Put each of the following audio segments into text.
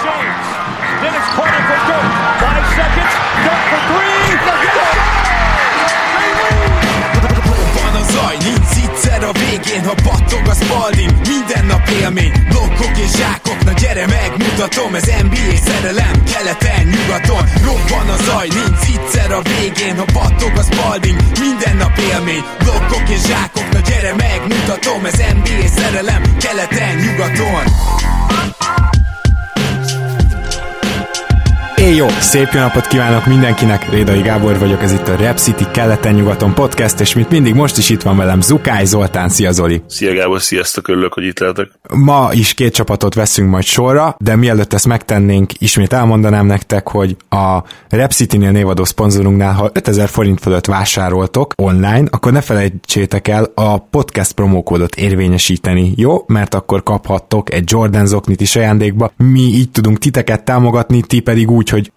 James. Dennis corner for Dirk. 5 seconds. Dirk for 3. Van a zaj, nincs egyszer a végén, ha battog a Spalding, minden nap élmény, blokkok és zsákok, na gyere megmutatom, ez NBA szerelem, keleten, nyugaton, robban a zaj, nincs egyszer a végén, ha battog a Spalding, minden nap élmény, blokkok és zsákok, na gyere megmutatom, ez NBA szerelem, keleten, nyugaton. Jó, szép jó napot kívánok mindenkinek, Rédai Gábor vagyok, ez itt a Rep City keleten-nyugaton podcast, és mint mindig most is itt van velem Zukály Zoltán. Szia Zoli! Szia Gábor, sziasztok, örülök, hogy itt lehetek. Ma is 2 csapatot veszünk majd sorra, de mielőtt ezt megtennénk, ismét elmondanám nektek, hogy a Rep City-nél névadó szponzorunknál, ha 5000 forint fölött vásároltok online, akkor ne felejtsétek el a podcast promókódot érvényesíteni, jó? Mert akkor kaphattok egy Jordan zoknit is ajándékba, mi így tudunk titeket támogatni, ti pedig úgy, hogy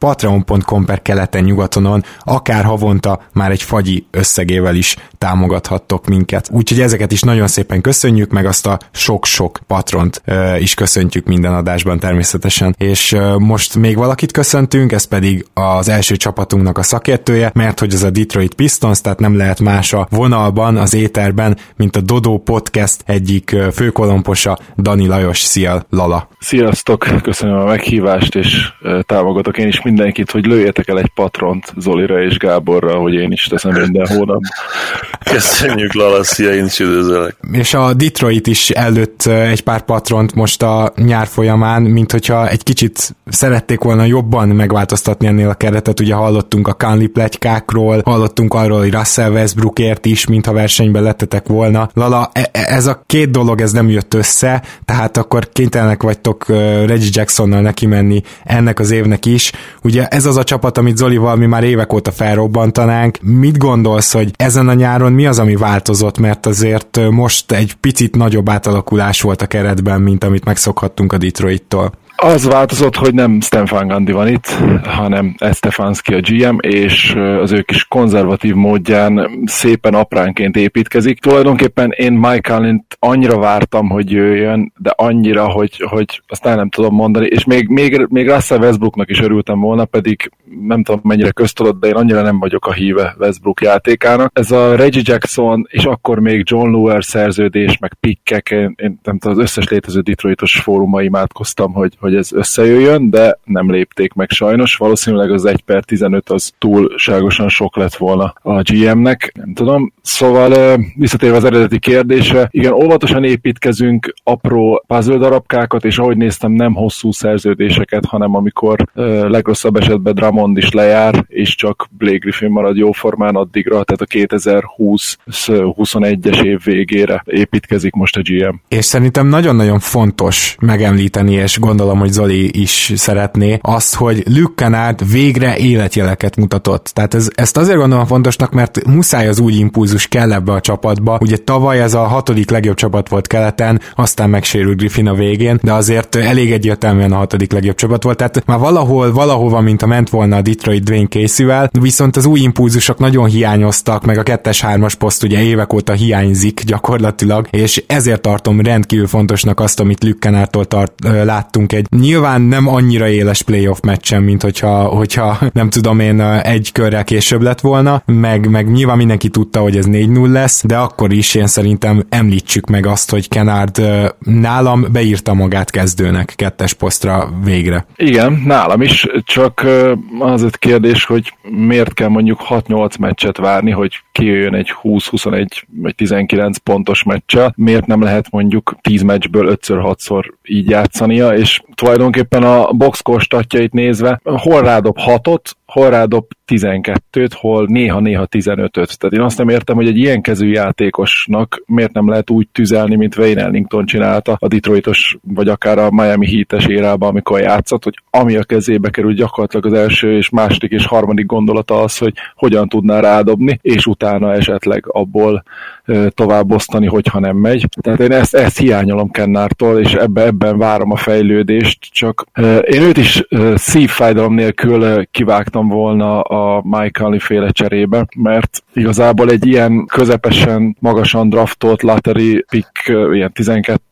patreon.com/keleten-nyugatonon akár havonta már egy fagyi összegével is támogathattok minket. Úgyhogy ezeket is nagyon szépen köszönjük, meg azt a sok-sok patront is köszöntjük minden adásban természetesen. És most még valakit köszöntünk, ez pedig az első csapatunknak a szakértője, mert hogy ez a Detroit Pistons, tehát nem lehet más a vonalban, az éterben, mint a Dodó Podcast egyik főkolomposa, Dani Lajos. Szia, Lala! Sziasztok, köszönöm a meghívást, és támogatok én is mindenkit, hogy lőjetek el egy patront Zolira és Gáborra, hogy én is teszem minden hónap. Köszönjük, Lala, szia, én is üdvözöllek. És a Detroit is előtt egy pár patront most a nyár folyamán, mint hogyha egy kicsit szerették volna jobban megváltoztatni ennél a keretet. Ugye hallottunk a Conley pletykákról, hallottunk arról, hogy Russell Westbrookért is, mintha versenyben lettetek volna. Lala, ez a 2 dolog, ez nem jött össze, tehát akkor kénytelenek vagytok Reggie Jacksonnal neki menni ennek az évnek is. Ugye ez az a csapat, amit Zolival mi már évek óta felrobbantanánk. Mit gondolsz, hogy ezen a nyáron mi az, ami változott, mert azért most egy picit nagyobb átalakulás volt a keretben, mint amit megszokhattunk a Detroittól? Az változott, hogy nem Stan Van Gundy van itt, hanem Stefanski a GM, és az ő kis konzervatív módján szépen apránként építkezik. Tulajdonképpen én Mike Conleyt annyira vártam, hogy jöjjön, de annyira, hogy azt nem tudom mondani, és még Russell Westbrooknak is örültem volna, pedig nem tudom mennyire köztudott, de én annyira nem vagyok a híve Westbrook játékának. Ez a Reggie Jackson, és akkor még John Lewis szerződés, meg pikkek, én nem tudom, az összes létező Detroitos fórumai imádkoztam, hogy ez összejöjjön, de nem lépték meg sajnos. Valószínűleg az 1/15 az túlságosan sok lett volna a GM-nek, nem tudom. Szóval visszatérve az eredeti kérdésre, igen, óvatosan építkezünk apró puzzle darabkákat, és ahogy néztem, nem hosszú szerződéseket, hanem amikor legrosszabb esetben Drummond is lejár, és csak Blake Griffin marad jó formán addigra, tehát a 2020-21-es év végére építkezik most a GM. És szerintem nagyon-nagyon fontos megemlíteni, és gondolom, hogy Zoli is szeretné, azt, hogy Luke Kennard végre életjeleket mutatott. Tehát ezt azért gondolom fontosnak, mert muszáj az új impulzus kell ebbe a csapatba. Ugye tavaly ez a 6. legjobb csapat volt keleten, aztán megsérült Griffin a végén, de azért elég egyértelműen a 6. legjobb csapat volt. Tehát már valahova, mint a ment volna a Detroit Dwayne Casey-vel, viszont az új impulzusok nagyon hiányoztak, meg a 2-3-as poszt ugye évek óta hiányzik gyakorlatilag, és ezért tartom rendkívül fontosnak azt, amit Luke Kennardtól láttunk egy nyilván nem annyira éles playoff meccsen, mint hogyha nem tudom én egy körrel később lett volna, meg nyilván mindenki tudta, hogy ez 4-0 lesz, de akkor is én szerintem említsük meg azt, hogy Kennard nálam beírta magát kezdőnek 2-es posztra végre. Igen, nálam is, csak az egy kérdés, hogy miért kell mondjuk 6-8 meccset várni, hogy kijöjjön egy 20-21 vagy 19 pontos meccsel, miért nem lehet mondjuk 10 meccsből 5-6-szor így játszania, és tulajdonképpen a boxscore statjait nézve, hol rádob 6-ot, hol rádob 12-t, hol néha 15-öt. Tehát én azt nem értem, hogy egy ilyen kezű játékosnak miért nem lehet úgy tüzelni, mint Wayne Ellington csinálta a Detroitos, vagy akár a Miami Heat-es érában, amikor játszott, hogy ami a kezébe kerül, gyakorlatilag az első és második és harmadik gondolata az, hogy hogyan tudná rádobni, és utána esetleg abból tovább osztani, hogyha nem megy. Tehát én ezt hiányolom Kennardtól, és ebben várom a fejlődést, csak én őt is szívfájdalom nélkül kivágtam volna a Mike Conley féle cserébe, mert igazából egy ilyen közepesen magasan draftolt lottery pick, ilyen 12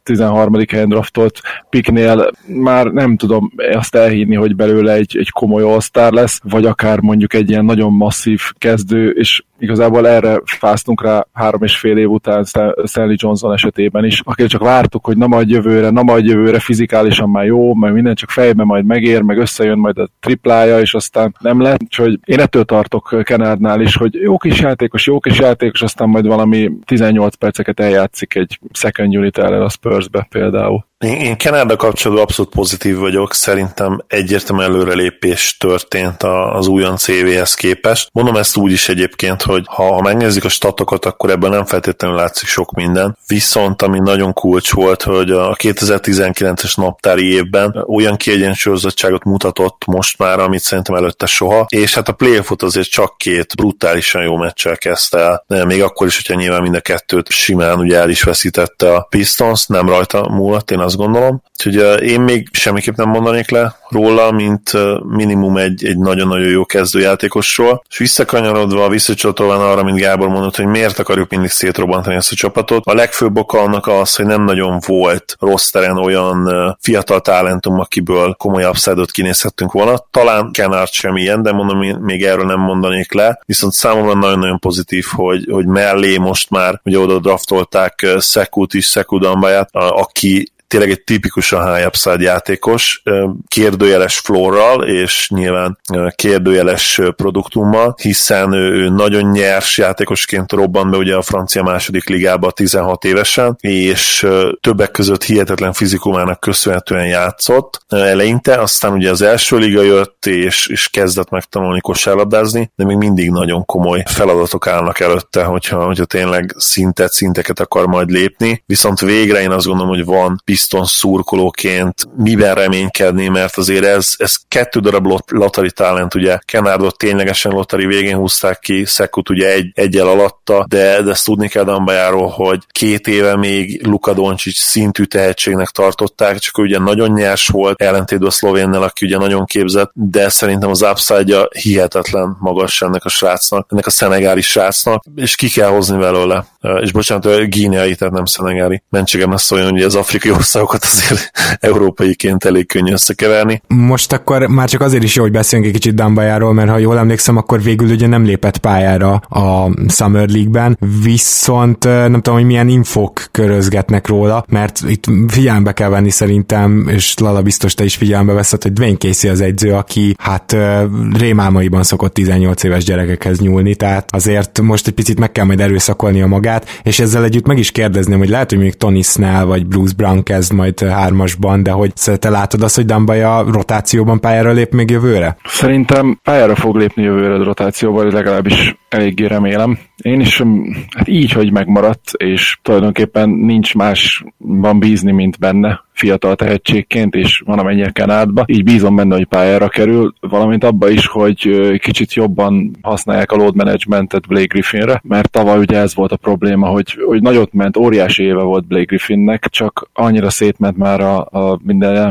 13. helyen draftolt picknél már nem tudom azt elhinni, hogy belőle egy komoly all-star lesz, vagy akár mondjuk egy ilyen nagyon masszív kezdő, és igazából erre fáztunk rá 3,5 év után Stanley Johnson esetében is, akire csak vártuk, hogy na majd jövőre fizikálisan már jó, meg minden csak fejben majd megér, meg összejön majd a triplája, és aztán nem lett. Úgyhogy én ettől tartok Kennardnál is, hogy jó kis játékos, aztán majd valami 18 perceket eljátszik egy second unit ellen a Spursbe például. Én Kennarddal kapcsolatban abszolút pozitív vagyok, szerintem egyértelmű előrelépés történt az újon CV-hez képest. Mondom ezt úgy is egyébként, hogy ha megnézzük a statokat, akkor ebben nem feltétlenül látszik sok minden. Viszont ami nagyon kulcs volt, hogy a 2019-es naptári évben olyan kiegyensúlyozottságot mutatott most már, amit szerintem előtte soha, és hát a playoffot azért csak 2 brutálisan jó meccsel kezdte el. Még akkor is, hogyha nyilván mind a 2 simán ugye el is veszítette a Pistons, nem rajta múlott, én azt gondolom. Úgyhogy én még semmiképp nem mondanék le róla, mint minimum egy nagyon-nagyon jó kezdőjátékosról. És visszacsatolván arra, mint Gábor mondott, hogy miért akarjuk mindig szétrobbantani ezt a csapatot. A legfőbb oka annak az, hogy nem nagyon volt rosteren olyan fiatal talentum, akiből komoly upside-ot kinézhettünk volna. Talán Kennard sem ilyen, de mondom, még erről nem mondanék le. Viszont számomra nagyon-nagyon pozitív, hogy mellé most már ugye oda draftolták Sekou Doumbouya, aki tényleg egy tipikusan high upside játékos, kérdőjeles floorral, és nyilván kérdőjeles produktummal, hiszen ő nagyon nyers játékosként robbant be ugye a francia második ligába 16 évesen, és többek között hihetetlen fizikumának köszönhetően játszott eleinte, aztán ugye az első liga jött, és kezdett megtanulni kosárlabdázni, de még mindig nagyon komoly feladatok állnak előtte, hogyha tényleg szinteket akar majd lépni, viszont végre én azt gondolom, hogy van Pistons szurkolóként miben reménykedni, mert azért ez 2 darab lottery talent, ugye Kennardot ténylegesen lottery végén húzták ki, Sekut ugye egyel alatta, de ezt tudni kell Doumbouyaról, hogy 2 éve még Luka Doncic szintű tehetségnek tartották, csak ugye nagyon nyers volt, ellentétben a szlovénnel, aki ugye nagyon képzett, de szerintem az upside-ja hihetetlen magas ennek a srácnak, ennek a szenegáli srácnak, és ki kell hozni belőle. És bocsánat, gíneai, tehát nem szenegáli. Mentségem lesz olyan, hogy az afrikai országokat azért európaiként elég könnyű összekeverni. Most akkor már csak azért is jó, hogy beszéljünk egy kicsit Doumbouyaról, mert ha jól emlékszem, akkor végül ugye nem lépett pályára a Summer League-ben, viszont nem tudom, hogy milyen infók körözgetnek róla, mert itt figyelembe kell venni szerintem, és Lala biztos te is figyelembe veszed, hogy Dwayne Casey az edző, aki hát rémálmaiban szokott 18 éves gyerekekhez nyúlni, tehát azért most egy picit meg kell majd erőszakolni a magát, és ezzel együtt meg is kérdezném, hogy lehet, hogy még Tony Snell vagy Bruce Brown kezd majd 3-asban, de hogy te látod azt, hogy Doumbouya rotációban pályára lép még jövőre? Szerintem pályára fog lépni jövőre a rotációban, legalábbis eléggé remélem. Én is hát így, hogy megmaradt, és tulajdonképpen nincs másban bízni, mint benne fiatal tehetségként, és van amennyire Kennardba. Így bízom benne, hogy pályára kerül, valamint abba is, hogy kicsit jobban használják a load managementet Blake Griffinre, mert tavaly ugye ez volt a probléma, hogy nagyot ment, óriási éve volt Blake Griffinnek, csak annyira szétment már a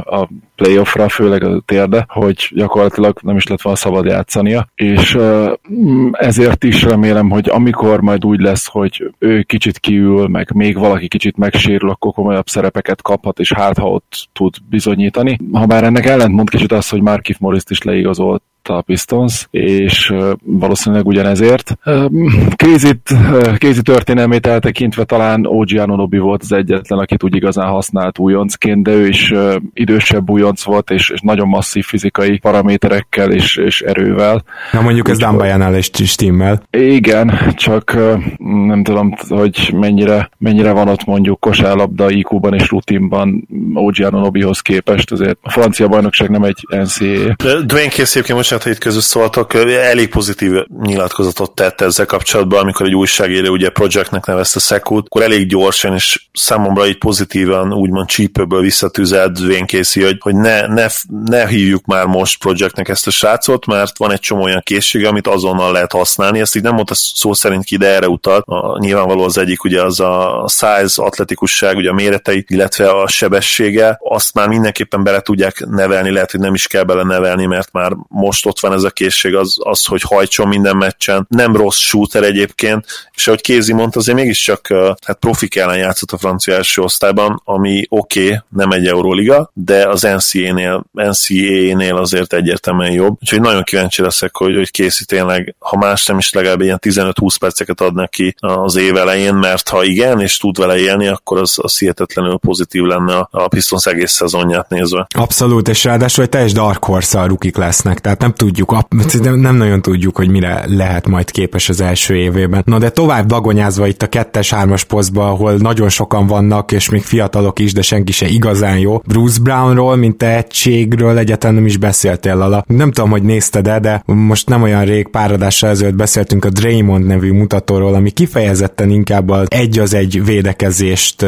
playoffra, főleg a térde, hogy gyakorlatilag nem is lett volna szabad játszania, és ezért is remélem, hogy amikor majd úgy lesz, hogy ő kicsit kiül, meg még valaki kicsit megsérül, akkor komolyabb szerepeket kaphat, és hát ha ott tud bizonyítani. Habár ennek ellentmond kicsit az, hogy Markieff Morrist is leigazolt a Pistons, és valószínűleg ugyanezért. Casey történelmét eltekintve talán OG Anunoby volt az egyetlen, akit úgy igazán használt újoncként, de ő is idősebb újonc volt, és nagyon masszív fizikai paraméterekkel és erővel. Na mondjuk ez Doumbouyanál is stimmel. Igen, csak nem tudom, hogy mennyire van ott mondjuk kosárlabda IQ-ban és rutinban OG Anunobyhoz képest, azért a francia bajnokság nem egy NCAA. Dwayne Casey, most hát itt között szóltak, elég pozitív nyilatkozatot tett ezzel kapcsolatban, amikor egy újságíró ugye projektnek nevezte Sekut, akkor elég gyorsan és számomra így pozitívan úgymond csípőből visszatűzelt Dwayne Casey, hogy ne hívjuk már most projektnek ezt a srácot, mert van egy csomó olyan készsége, amit azonnal lehet használni. Ezt így nem mondta szó szerint ki, de erre utalt. Nyilvánvaló az egyik ugye az a size, atletikusság, ugye a méretei, illetve a sebessége. Azt már mindenképpen bele tudják nevelni, lehet, hogy nem is kell bele nevelni, mert már most ott van ez a készség, az hogy hajtson minden meccsen. Nem rossz shooter egyébként, és ahogy Kézi mondta, azért mégiscsak hát profik ellen játszott a francia első osztályban, ami oké, nem egy Euróliga, de az NCAA-nél azért egyértelműen jobb. Úgyhogy nagyon kíváncsi leszek, hogy Casey tényleg, ha más nem is legalább ilyen 15-20 perceket ad neki az év elején, mert ha igen, és tud vele élni, akkor az hihetetlenül pozitív lenne a Pistons egész szezonját nézve. Abszolút, és ráadásul egy teljes dark horse-a rukik lesznek, tehát nem tudjuk, nem nagyon tudjuk, hogy mire lehet majd képes az első évében. Na de tovább dagonyázva itt a 2-3-as posztba, ahol nagyon sokan vannak, és még fiatalok is, de senki se igazán jó. Bruce Brownról, mint tehetségről egyáltalán nem is beszéltél, Lala. Nem tudom, hogy nézted-e, de most nem olyan rég, pár adással ezelőtt beszéltünk a Draymond nevű mutatóról, ami kifejezetten inkább az egy védekezést,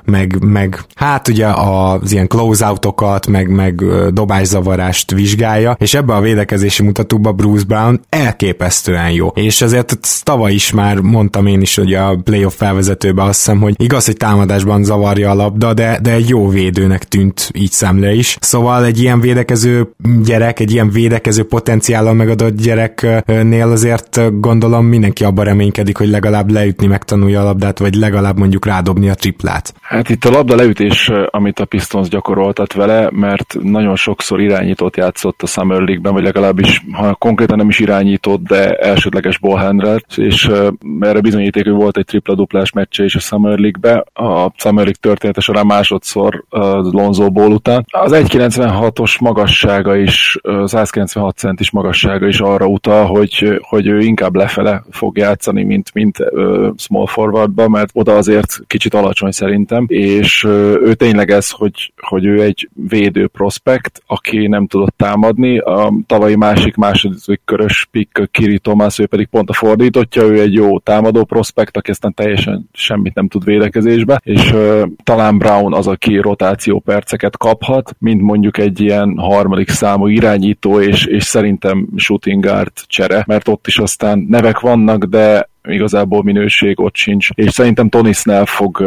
meg hát ugye az ilyen close-outokat, meg dobászavarást vizsgálja, és ebben a védekezési mutatóban Bruce Brown elképesztően jó. És ezért tavaly is már mondtam én is, hogy a playoff felvezetőben azt hiszem, hogy igaz, hogy támadásban zavarja a labda, de egy jó védőnek tűnt így szemle is. Szóval egy ilyen védekező gyerek, egy ilyen védekező potenciállal megadott gyereknél azért gondolom mindenki abban reménykedik, hogy legalább leütni megtanulja a labdát, vagy legalább mondjuk rádobni a triplát. Hát itt a labda leütés, amit a Pistons gyakoroltat vele, mert nagyon sokszor irányítót játszott a Summer League-ben, vagy legalábbis, ha konkrétan nem is irányított, de elsődleges ballhandlert, és erre bizonyíték, hogy volt egy tripla-duplás meccse is a Summer League-be. A Summer League története során másodszor Lonzo Ball után. Az 1,96-os magassága is, 196 centis magassága is arra utal, hogy ő inkább lefele fog játszani, mint small forwardba, mert oda azért kicsit alacsony szerintem, és ő tényleg ez, hogy ő egy védő prospekt, aki nem tudott támadni. A tavalyi második körös pick Kiri Thomas, ő pedig pont a fordítottja, ő egy jó támadó prospekt, aki aztán teljesen semmit nem tud védekezésbe, és talán Brown az, aki rotáció perceket kaphat, mint mondjuk egy ilyen harmadik számú irányító, és szerintem shooting guard csere, mert ott is aztán nevek vannak, de igazából minőség ott sincs, és szerintem Tony Snell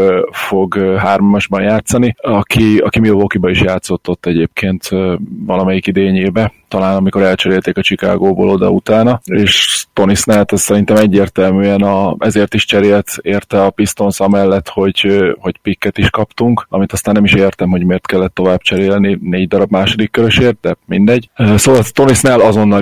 fog hármasban játszani, aki Milwaukee-ba is játszott ott egyébként valamelyik idényébe, talán amikor elcserélték a Chicagóból oda utána, és Tony Snellt szerintem egyértelműen ezért is cserélt érte a Pistons amellett, hogy picket is kaptunk, amit aztán nem is értem, hogy miért kellett tovább cserélni 4 darab második körösért, de mindegy. Szóval Tony Snell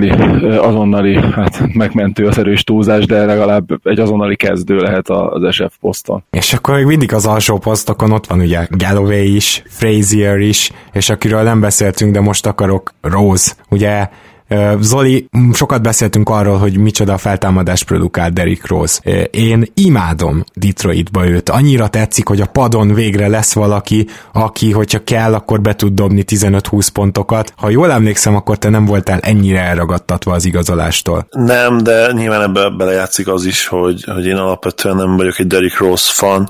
azonnali hát megmentő az erős túlzás, de legalább egy azonnali kezdő lehet az SF poszton. És akkor még mindig az alsó posztokon ott van ugye Galloway is, Frazier is, és akiről nem beszéltünk, de most akarok, Rose. Ugye Zoli, sokat beszéltünk arról, hogy micsoda feltámadás produkál Derrick Rose. Én imádom Detroitba őt. Annyira tetszik, hogy a padon végre lesz valaki, aki, hogyha kell, akkor be tud dobni 15-20 pontokat. Ha jól emlékszem, akkor te nem voltál ennyire elragadtatva az igazolástól. Nem, de nyilván ebbe belejátszik az is, hogy én alapvetően nem vagyok egy Derrick Rose fan,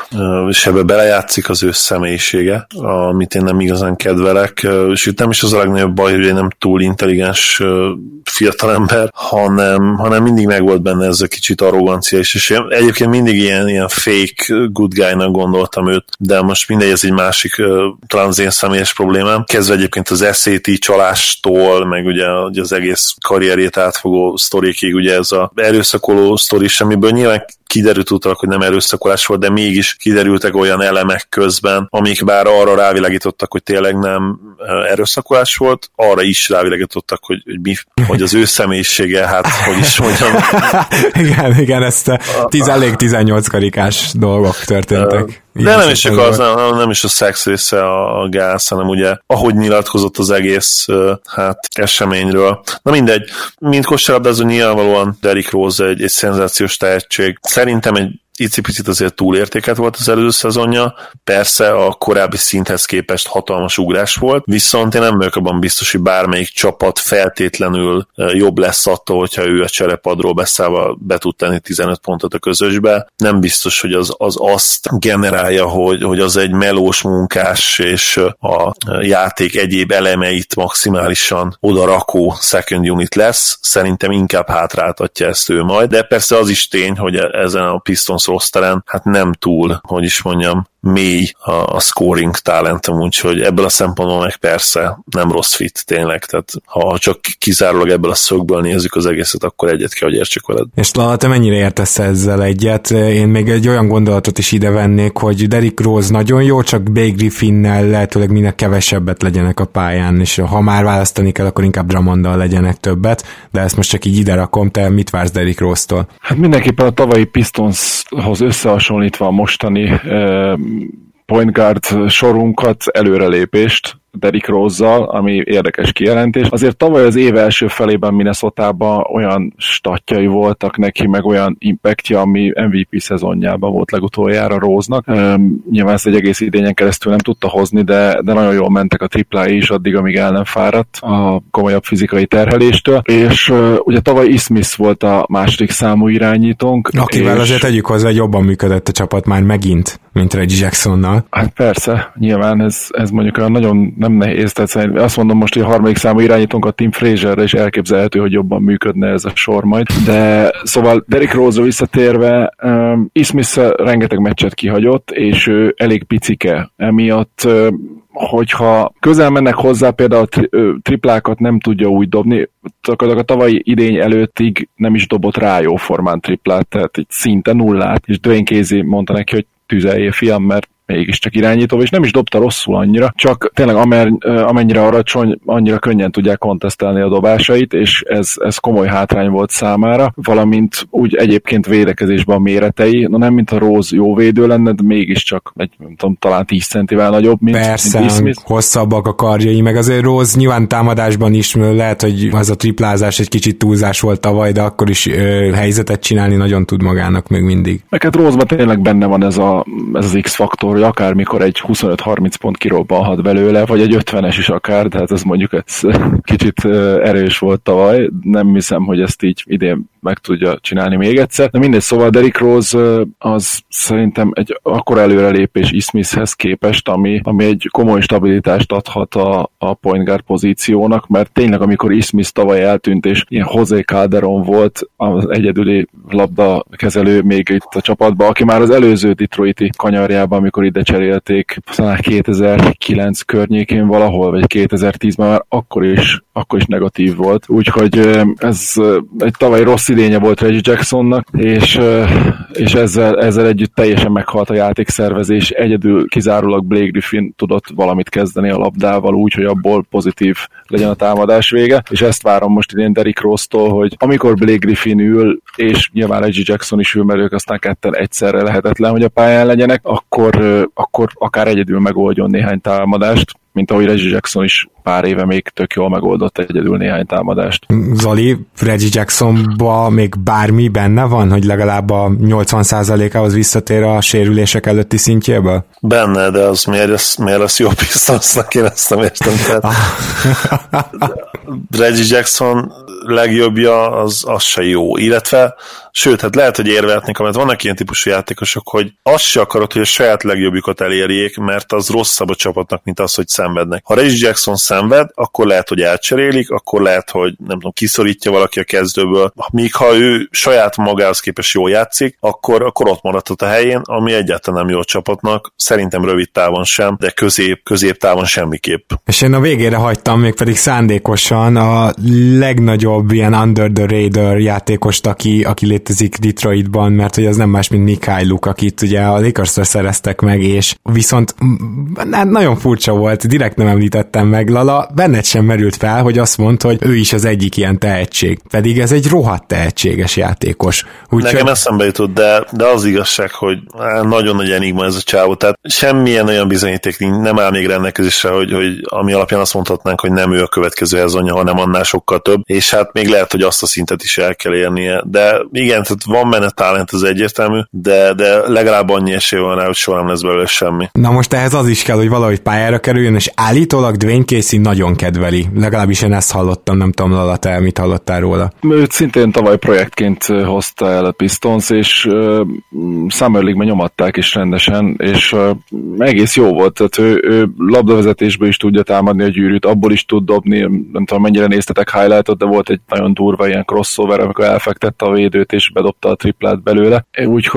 és ebbe belejátszik az ő személyisége, amit én nem igazán kedvelek, és itt nem is az a legnagyobb baj, hogy én nem túl intelligens fiatalember, hanem mindig megvolt benne ez a kicsit arrogancia is, és én egyébként mindig ilyen fake good guy-nak gondoltam őt, de most mindegy, ez egy másik, talán az én személyes problémám. Kezdve egyébként az SAT csalástól, meg ugye az egész karrierjét átfogó sztorikig, ugye ez az erőszakoló sztori, amiből nyilván kiderült utalak, hogy nem erőszakolás volt, de mégis kiderültek olyan elemek közben, amik bár arra rávilágítottak, hogy tényleg nem erőszakolás volt, arra is rávilágítottak, hogy az ő személyisége, hát hogy is mondjam. igen, ezt elég 18 karikás dolgok történtek. De nem is a szex része a gáz, hanem ugye, ahogy nyilatkozott az egész eseményről. Na mindegy, mint kosárlabdázó nyilvánvalóan Derrick Rose egy szenzációs tehetség. Szerintem egy icipicit azért túlértéket volt az előző szezonja, persze a korábbi szinthez képest hatalmas ugrás volt, viszont én nem vagyok abban biztos, hogy bármelyik csapat feltétlenül jobb lesz attól, hogyha ő a cserepadról beszállva be tud tenni 15 pontot a közösbe. Nem biztos, hogy az azt generálja, hogy az egy melós munkás és a játék egyéb elemeit maximálisan odarakó second unit lesz. Szerintem inkább hátráltatja ezt ő majd, de persze az is tény, hogy ezen a Pistons rosteren, hát nem túl, hogy is mondjam, mély a scoring talentum, úgyhogy ebből a szempontból meg persze nem rossz fit tényleg, tehát ha csak kizárólag ebből a szögből nézzük az egészet, akkor egyet kell, hogy értsük veled. És Lala, te mennyire értesz ezzel egyet? Én még egy olyan gondolatot is ide vennék, hogy Derrick Rose nagyon jó, csak Blake Griffinnel lehetőleg minél kevesebbet legyenek a pályán, és ha már választani kell, akkor inkább Drummonddal legyenek többet, de ezt most csak így ide rakom, te mit vársz Derrick Rose-tól? Hát mindenképpen a tavalyi Pistonshoz összehasonlítva a mostani point guard sorunkat, előrelépést Derrick Rose-zal, ami érdekes kijelentés. Azért tavaly az év első felében Minnesotában olyan statjai voltak neki, meg olyan impactja, ami MVP szezonjában volt legutoljára Rose-nak. Nyilván ezt egy egész idényen keresztül nem tudta hozni, de nagyon jól mentek a triplái is addig, amíg el nem fáradt a komolyabb fizikai terheléstől. És ugye tavaly Smith volt a második számú irányítónk. Akivel azért tegyük hozzá, hogy jobban működött a csapat már megint, mint Reggie Jacksonnal. Hát persze, nyilván ez mondjuk olyan nagyon nem nehéz, tehát azt mondom most, hogy a harmadik számú irányítónk a Tim Frazierre is elképzelhető, hogy jobban működne ez a sor majd. De szóval Derrick Rose-ra visszatérve, Smith rengeteg meccset kihagyott, és ő elég picike. Emiatt hogyha közel mennek hozzá, például triplákat nem tudja úgy dobni, a tavalyi idény előttig nem is dobott rá jóformán triplát, tehát egy szinte nullát, és Dwayne Casey mondta neki, hogy tüzeljél fiam, mert mégiscsak irányító, és nem is dobta rosszul annyira, csak tényleg amennyire alacsony, annyira könnyen tudják kontesztelni a dobásait, és ez komoly hátrány volt számára, valamint úgy egyébként védekezésben a méretei, nem mint a Rose jó védő lenne, de mégiscsak nem tudom, talán 10 centivel nagyobb, mint Smith. Hosszabbak a karjai, meg azért Rose nyilván támadásban is lehet, hogy az a triplázás egy kicsit túlzás volt tavaly, de akkor is helyzetet csinálni nagyon tud magának még mindig. Meg hát Rose-ban tényleg benne van ez az X-faktor, hogy akármikor egy 25-30 pont kirobbanhat belőle, vagy egy 50-es is akár, tehát ez mondjuk kicsit erős volt tavaly, nem hiszem, hogy ezt így idén meg tudja csinálni még egyszer. De mindegy, szóval Derrick Rose az szerintem egy akkora előrelépés Smithhez képest, ami egy komoly stabilitást adhat a point guard pozíciónak, mert tényleg amikor Smith tavaly eltűnt, és ilyen José Calderon volt az egyedüli labdakezelő még itt a csapatban, aki már az előző detroiti kanyarjában, amikor ide cserélték, talán 2009 környékén valahol, vagy 2010-ben már akkor is negatív volt. Úgyhogy ez egy tavaly rossz idénye volt Reggie Jacksonnak, és ezzel együtt teljesen meghalt a játékszervezés. Egyedül kizárólag Blake Griffin tudott valamit kezdeni a labdával úgy, hogy abból pozitív legyen a támadás vége, és ezt várom most idén Derrick Rose-tól, hogy amikor Blake Griffin ül, és nyilván Reggie Jackson is ül, mert ők aztán ketten egyszerre lehetetlen, hogy a pályán legyenek, akkor akár egyedül megoldjon néhány támadást, mint ahogy Reggie Jackson is pár éve még tök jól megoldott egyedül néhány támadást. Zoli, Reggie Jacksonban még bármi benne van, hogy legalább a 80%-ához visszatér a sérülések előtti szintjéből? Benne, de az miért lesz jó Pistonsnak, én ezt nem értem. Reggie Jackson legjobbja az se jó, illetve sőt, hát lehet, hogy érvelhetnék, mert vannak ilyen típusú játékosok, hogy azt se akarod, hogy a saját legjobbjukat elérjék, mert az rosszabb a csapatnak, mint az, hogy szenvednek. Ha Reggie Jackson szenved, akkor lehet, hogy elcserélik, akkor lehet, hogy nem tudom, kiszorítja valaki a kezdőből. Míg ha ő saját magához képest jól játszik, akkor ott maradhat a helyén, ami egyáltalán nem jó a csapatnak. Szerintem rövid távon sem, de középtávon semmiképp. És én a végére hagytam még pedig szándékosan a legnagyobb ilyen under the radar játékost, aki létezik Detroitban, mert hogy az nem más, mint Mikhailuk, akit ugye a Lakersra szereztek meg, és viszont nagyon furcsa volt, direkt nem említettem meg, Lala, benned sem merült fel, hogy azt mondta, hogy ő is az egyik ilyen tehetség. Pedig ez egy rohadt tehetséges játékos. Nekem eszembe jutott, de az igazság, hogy nagyon nagy enigma ez a csávó, tehát semmilyen olyan bizonyíték nem áll még rendelkezésre, hogy ami alapján azt mondhatnánk, hogy nem ő a következő szezonja, hanem annál sokkal több, és hát még lehet, hogy azt a szintet is el kell érnie, de igen, tehát van benne talent, az egyértelmű, de legalább annyi esély van rá, hogy soha nem lesz belőle semmi. Na most ehhez az is kell, hogy valahogy pályára kerüljön, és állítólag Dwayne Casey nagyon kedveli. Legalábbis én ezt hallottam, nem tudom, Lala, te mit hallottál róla? Őt szintén tavaly projektként hozta el a Pistons, és Summer League-ben nyomatták is rendesen, és egész jó volt, tehát ő labdavezetésből is tudja támadni a gyűrűt, abból is tud dobni, nem tudom, mennyire néztetek highlightot, de volt egy nagyon durva ilyen crossover, amikor elfektette a védőt, és bedobta a triplát belőle. Úgyhogy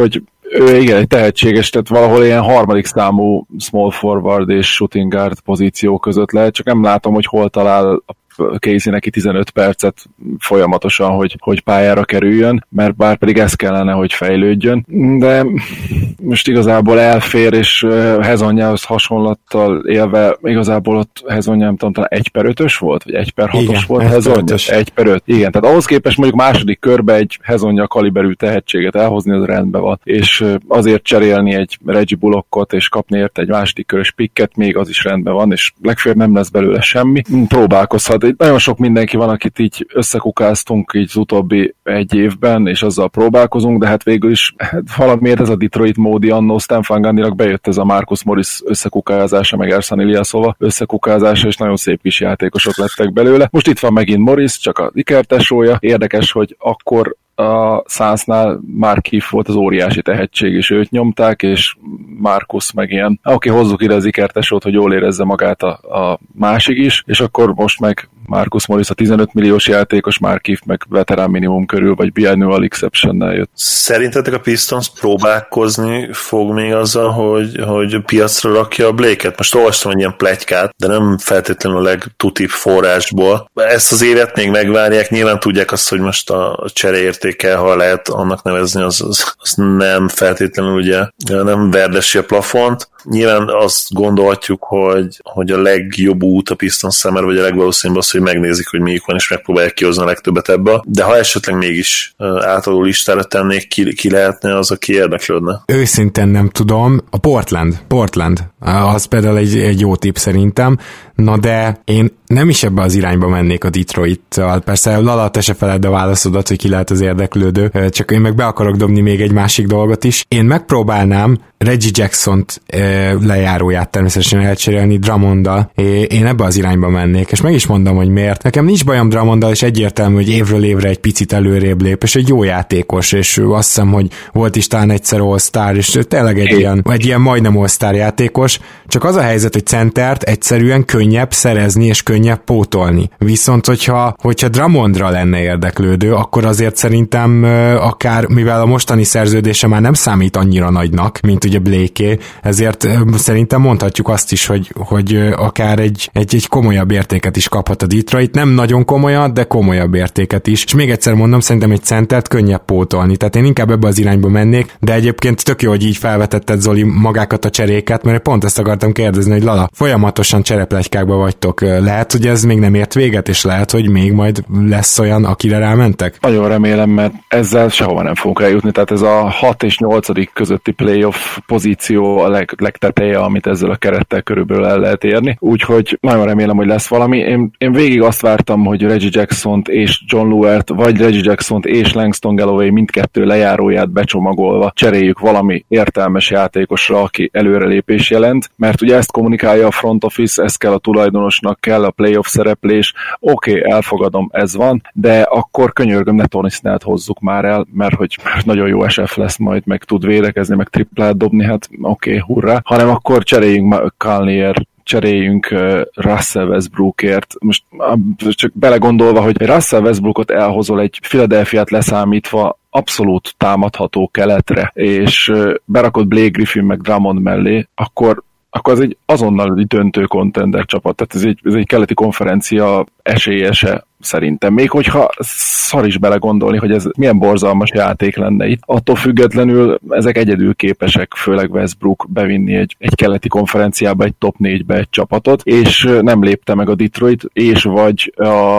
Ő igen, egy tehetséges, tehát valahol ilyen harmadik számú small forward és shooting guard pozíció között lehet, csak nem látom, hogy hol talál Casey neki 15 percet folyamatosan, hogy pályára kerüljön, mert bár pedig ez kellene, hogy fejlődjön, de most igazából elfér, és Hezonjához hasonlattal élve, igazából ott Hezonja, nem tudom, talán 1/5-ös volt, vagy 1/6-os volt Hezonja? 1/5. Igen, tehát ahhoz képest mondjuk második körbe egy Hezonja kaliberű tehetséget elhozni, az rendben van, és azért cserélni egy Reggie Bullockot, és kapni érte egy második körös picket, még az is rendben van, és legfeljebb nem lesz belőle semmi. Próbálkozhat. Nagyon sok mindenki van, akit így összekukáztunk így az utóbbi egy évben, és azzal próbálkozunk, de hát végül is valamiért ez a Detroit módi annó Stan Van Gundynak bejött ez a Marcus Morris összekukázása, meg Ersan Ilyasova összekukázása, és nagyon szép kis játékosok lettek belőle. Most itt van megint Morris, csak az ikertesója. Érdekes, hogy akkor a Sunsnál Markieff volt az óriási tehetség, és őt nyomták, és Marcus meg ilyen, hozzuk ide az ikertesót, hogy jól érezze magát a másik is, és akkor most meg Marcus Morris a 15 milliós játékos, Markieff meg veterán minimum körül, vagy biannual exceptionnel jött. Szerintetek a Pistons próbálkozni fog még azzal, hogy piacra rakja a Blake-et? Most olvastam egy ilyen pletykát, de nem feltétlenül a legtutibb forrásból. Ezt az évet még megvárják, nyilván tudják azt, hogy most a csereértéke, ha lehet annak nevezni, az nem feltétlenül ugye nem verdesi a plafont. Nyilván azt gondolhatjuk, hogy a legjobb út a Pistons számára, vagy a legvalószínűbb az, hogy megnézik, hogy miük van, és megpróbálják kihozni a legtöbbet ebből. De ha esetleg mégis átadó listára tennék, ki lehetne az, aki érdeklődne? Őszintén nem tudom. A Portland. Az például egy jó tipp szerintem. Na de én nem is ebbe az irányba mennék a Detroit-tal. Persze Lala, te se feledd a válaszodat, hogy ki lehet az érdeklődő. Csak én meg be akarok dobni még egy másik dolgot is. Én megpróbálnám Reggie Jackson-t lejáróját természetesen elcserélni Drummonddal. Én ebbe az irányba mennék, és meg is mondom, hogy miért. Nekem nincs bajom Drummonddal, és egyértelmű, hogy évről évre egy picit előrébb lép, és egy jó játékos, és azt hiszem, hogy volt is talán egyszer All-Star, és tényleg egy ilyen majdnem All-Star játékos, csak az a helyzet, hogy centert egyszerűen könnyebb szerezni, és könnyebb pótolni. Viszont, hogyha Drummondra lenne érdeklődő, akkor azért szerintem akár, mivel a mostani szerződése már nem számít annyira nagynak, mint ugye Blake-é, ezért szerintem mondhatjuk azt is, hogy akár egy komolyabb értéket is kaphat a Detroit. Nem nagyon komolyan, de komolyabb értéket is. És még egyszer mondom, szerintem egy centert könnyebb pótolni. Tehát én inkább ebbe az irányba mennék, de egyébként tök jó, hogy így felvetetted, Zoli, magákat a cseréket, mert pont ezt akartam kérdezni, hogy Lala, folyamatosan cserepletykákba vagytok. Lehet, hogy ez még nem ért véget, és lehet, hogy még majd lesz olyan, akire rámentek? Nagyon remélem, mert ezzel sehova nem fogunk eljutni. Tehát ez a 6 és 8 közötti playoff pozíció a legteteje, amit ezzel a kerettel körülbelül el lehet érni. Úgyhogy nagyon remélem, hogy lesz valami. Én végig azt vártam, hogy Reggie Jacksont és John Lewert, vagy Reggie Jacksont és Langston Galloway mindkettő lejáróját becsomagolva cseréljük valami értelmes játékosra, aki előrelépés jelent, mert ugye ezt kommunikálja a front office, ez kell a tulajdonosnak, kell a playoff szereplés, oké, elfogadom, ez van, de akkor könyörgöm, ne Tony Snellt hozzuk már el, mert nagyon jó SF lesz majd, meg tud védekezni, meg triplát dobni, hát oké, hurrá, hanem akkor cseréljünk Kalnier, cseréljünk Russell Westbrookért. Most csak belegondolva, hogy Russell Westbrookot elhozol egy Philadelphiát leszámítva abszolút támadható keletre, és berakod Blake Griffin meg Drummond mellé, akkor az egy azonnal egy döntő contender csapat. Tehát ez egy keleti konferencia esélyese szerintem. Még hogyha szar is belegondolni, hogy ez milyen borzalmas játék lenne itt. Attól függetlenül ezek egyedül képesek, főleg Westbrook bevinni egy keleti konferenciába, egy top 4-be egy csapatot, és nem lépte meg a Detroit, és vagy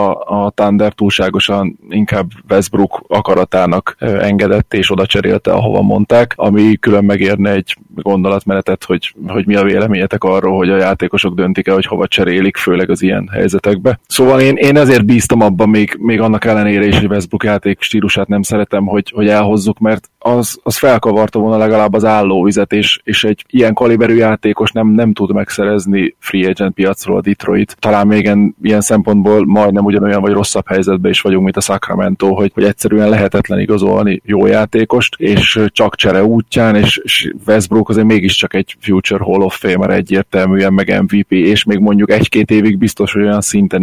a Thunder túlságosan inkább Westbrook akaratának engedett, és oda cserélte, ahova mondták, ami külön megérne egy gondolatmenetet, hogy mi a véleményetek arról, hogy a játékosok döntik el, hogy hova cserélik, főleg az ilyen helyzetekbe. Szóval én ezért bíztam abban, még annak ellenére is, hogy Westbrook játék stílusát nem szeretem, hogy elhozzuk, mert az felkavarta volna legalább az állóvizet, és egy ilyen kaliberű játékos nem tud megszerezni free agent piacról a Detroit. Talán még ilyen szempontból majdnem ugyanolyan vagy rosszabb helyzetben is vagyunk, mint a Sacramento, hogy egyszerűen lehetetlen igazolni jó játékost, és csak csere útján, és Westbrook azért mégiscsak egy Future Hall of Famer egyértelműen, meg MVP, és még mondjuk 1-2 évig biztos, hogy olyan szinten is játszik,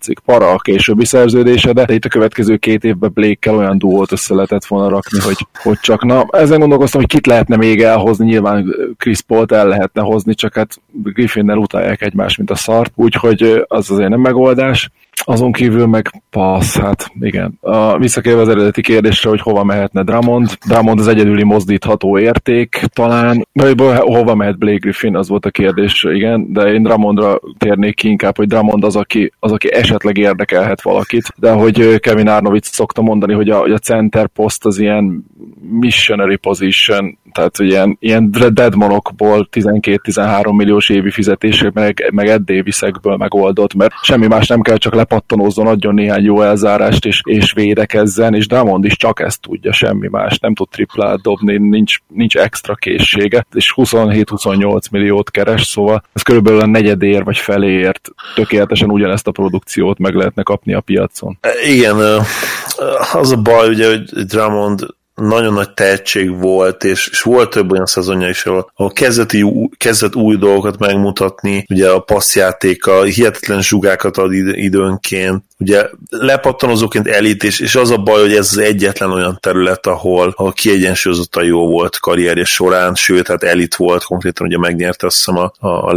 látszik. Para a későbbi szerződése, de itt a következő 2 évben Blake-kel olyan duót össze lehetett volna rakni, hogy csak na, ezen gondolkoztam, hogy kit lehetne még elhozni, nyilván Chris Paul-t el lehetne hozni, csak hát Griffinnel utálják egymást, mint a szart, úgyhogy az azért nem megoldás. Azon kívül meg passz, hát igen. Visszakérve az eredeti kérdésre, hogy hova mehetne Drummond. Drummond az egyedüli mozdítható érték talán. Hova mehet Blake Griffin, az volt a kérdés, igen, de én Drummondra térnék ki inkább, hogy Drummond az, aki esetleg érdekelhet valakit, de hogy Kevin Arnovitz szokta mondani, hogy a center poszt az ilyen missionary position, tehát ilyen deadmonokból 12-13 milliós évi fizetések, meg Ed Davisekből megoldott, mert semmi más nem kell, csak lepattanózzon, adjon néhány jó elzárást, és védekezzen, és Drummond is csak ezt tudja, semmi más, nem tud triplát dobni, nincs extra készsége, és 27-28 milliót keres, szóval ez körülbelül a negyedér vagy feléért tökéletesen ugyanezt a produkciót meg lehetne kapni a piacon. Igen, az a baj, ugye, hogy Drummond nagyon nagy tehetség volt, és volt több olyan szezonja is, ahol kezdett új dolgokat megmutatni, ugye a passzjátéka, hihetetlen zsugákat ad időnként, ugye lepattanozóként elit, és az a baj, hogy ez az egyetlen olyan terület, ahol kiegyensúlyozottan jó volt karrierje során, sőt, hát elit volt, konkrétan ugye megnyerte azt hiszem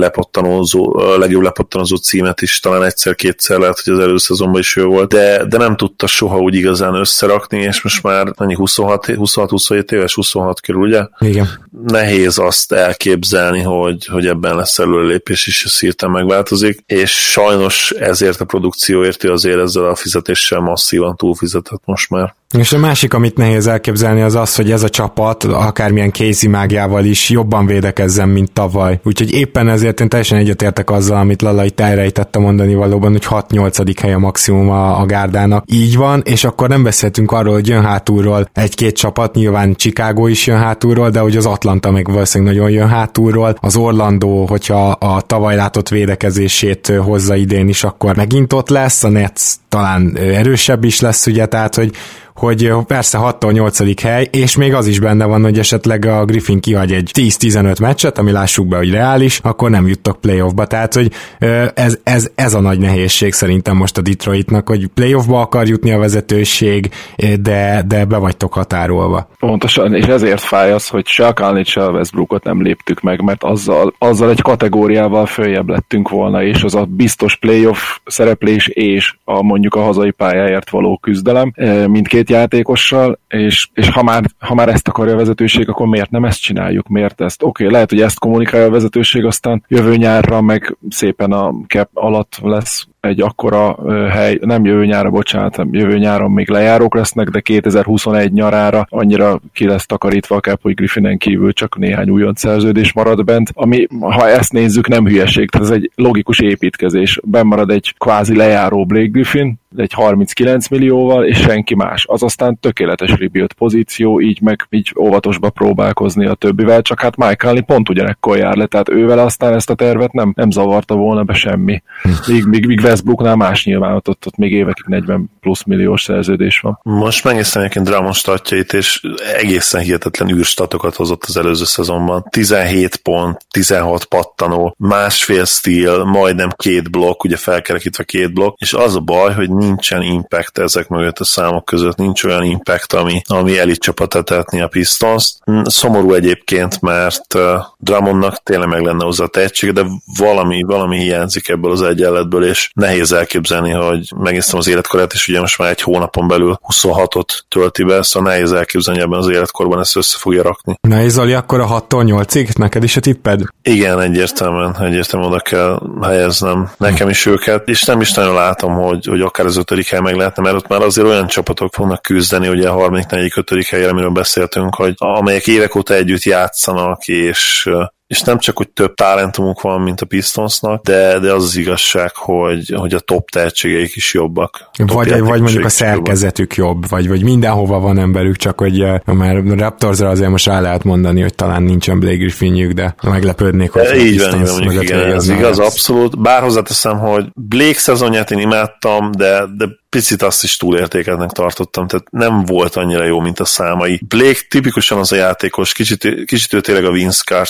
a legjobb lepattanozó címet is, talán egyszer-kétszer lehet, hogy az előszezonban is ő volt, de nem tudta soha úgy igazán összerakni, és most már 26-27 éves, 26 körül, ugye? Igen. Nehéz azt elképzelni, hogy ebben lesz előrelépés is, ez hirtelen megváltozik, és sajnos ezért a produkcióért azért ezzel a fizetéssel masszívan túlfizetett most már. És a másik, amit nehéz elképzelni, az az, hogy ez a csapat akármilyen Casey mágiával is jobban védekezzen, mint tavaly. Úgyhogy éppen ezért én teljesen egyetértek azzal, amit Lala itt elrejtette mondani valóban, hogy 6-8. hely a maximum a gárdának. Így van, és akkor nem beszéltünk arról, hogy jön hátulról egy-két csapat, nyilván Chicago is jön hátulról, de hogy az Atlanta még valószínűleg nagyon jön hátulról. Az Orlando, hogyha a tavaly látott védekezését hozza idén is, akkor megint ott lesz, a Nets talán erősebb is lesz, ugye, tehát hogy persze 6-8. hely, és még az is benne van, hogy esetleg a Griffin kihagy egy 10-15 meccset, ami lássuk be, hogy reális, akkor nem juttok playoffba, tehát hogy ez a nagy nehézség szerintem most a Detroitnak, hogy playoffba akar jutni a vezetőség, de be vagytok határolva. Pontosan, és ezért fáj az, hogy se a Kalnit, se a Westbrookot nem léptük meg, mert azzal egy kategóriával följebb lettünk volna, és az a biztos playoff szereplés és mondjuk a hazai pályáért való küzdelem mindkét játékossal, és ha már ezt akarja a vezetőség, akkor miért nem ezt csináljuk, miért ezt? Oké, lehet, hogy ezt kommunikálja a vezetőség, aztán jövő nyárra meg szépen a cap alatt lesz egy akkora hely, nem jövő nyára, bocsánat, jövő nyáron még lejárók lesznek, de 2021 nyarára annyira ki lesz takarítva a cap, hogy Griffinen kívül csak néhány újonc szerződés marad bent, ami, ha ezt nézzük, nem hülyeség, tehát ez egy logikus építkezés. Benn marad egy kvázi lejáró Blake Griffin, egy 39 millióval, és senki más. Az aztán tökéletes rebuild pozíció, így óvatosba próbálkozni a többivel, csak hát Mike Conley pont ugyanekkor jár le, tehát ővel aztán ezt a tervet nem zavarta volna be semmi. Míg Westbrooknál más nyilván, ott még évekig 40 plusz milliós szerződés van. Most megnéztem egyébként Drummond statjait, és egészen hihetetlen űrstatokat hozott az előző szezonban. 17 pont, 16 pattanó, másfél stíl, majdnem 2 blokk, ugye felkerekítve 2 blokk, és az a baj, hogy nincsen impact ezek mögött a számok között, nincs olyan impact, ami elit csapatát tehetné a Pistons. Szomorú egyébként, mert Drummondnak tényleg meg lenne hozzá a tehetsége, de valami hiányzik ebből az egyenletből, és nehéz elképzelni, hogy megnéztem az életkorát, és ugye most már egy hónapon belül 26-ot tölti be, szóval nehéz elképzelni, ebben az életkorban ezt össze fogja rakni. Na, Zoli, akkor a 6-8-ig neked is a tipped? Igen, egyértelműen oda kell helyeznem nekem is őket, és nem is nagyon látom, hogy akár az 5. hely meg lehetne, mert ott már azért olyan csapatok fognak küzdeni, ugye a 3., 4., 5. helyre, amiről beszéltünk, hogy amelyek évek óta együtt játszanak, és nem csak, hogy több talentumuk van, mint a Pistonsnak, de az igazság, hogy a top tehetségeik is jobbak. Vagy mondjuk a szerkezetük jobb, vagy mindenhova van emberük, csak hogy már Raptorsra azért most rá lehet mondani, hogy talán nincsen Blake Griffinjük, de meglepődnék, hogy így van, mondjuk igen, ez igaz, abszolút. Bár hozzáteszem, hogy Blake szezonját én imádtam, de picit azt is túlértékeltnek tartottam, tehát nem volt annyira jó, mint a számai. Blake tipikusan az a játékos, kicsit ő tényleg a Vince Carter-je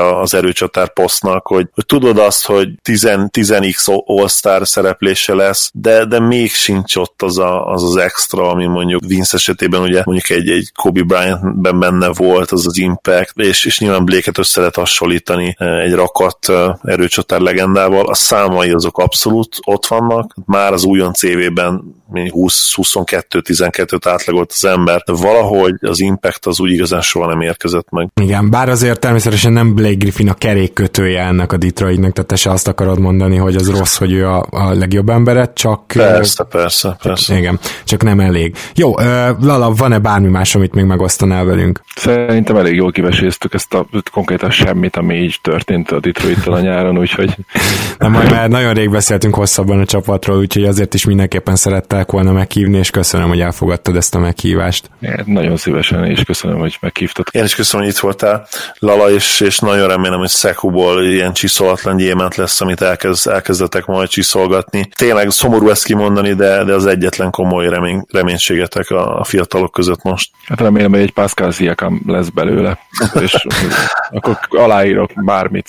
része az erőcsatár posztnak, hogy tudod azt, hogy 10x All-Star szereplése lesz, de még sincs ott az extra, ami mondjuk Vince esetében ugye mondjuk egy Kobe Bryantben benne volt, az impact, és nyilván Blake-et össze lehet hasonlítani egy rakat erőcsatár legendával. A számai azok abszolút ott vannak, már az újon CV-ben 20-22-12-t átlagolt az ember, de valahogy az impact az úgy igazán soha nem érkezett meg. Igen, bár azért természetesen nem Blake Griffin a kerékkötője ennek a Detroitnek, tehát te se azt akarod mondani, hogy az rossz, hogy ő a legjobb emberet, csak... Persze. Igen, csak nem elég. Jó, Lala, van-e bármi más, amit még megosztanál velünk? Szerintem elég jól kiveséztük ezt a konkrétan semmit, ami így történt a Detroit-től a nyáron, úgyhogy... Na, majd már nagyon rég beszéltünk hosszabban a csapatról, úgyhogy azért is mindenképpen szerettelek volna meghívni, és köszönöm, hogy elfogadtad ezt a meghívást. Nagyon szívesen, és köszönöm, hogy meghívtad. Én is köszönöm, hogy itt voltál, Lala, és nagyon remélem, hogy Szekuból ilyen csiszolatlan gyémánt lesz, amit elkezdetek majd csiszolgatni. Tényleg szomorú ezt kimondani, de az egyetlen komoly reménységetek a fiatalok között most. Hát remélem, hogy egy Pascal Siakam lesz belőle, és akkor aláírok bármit.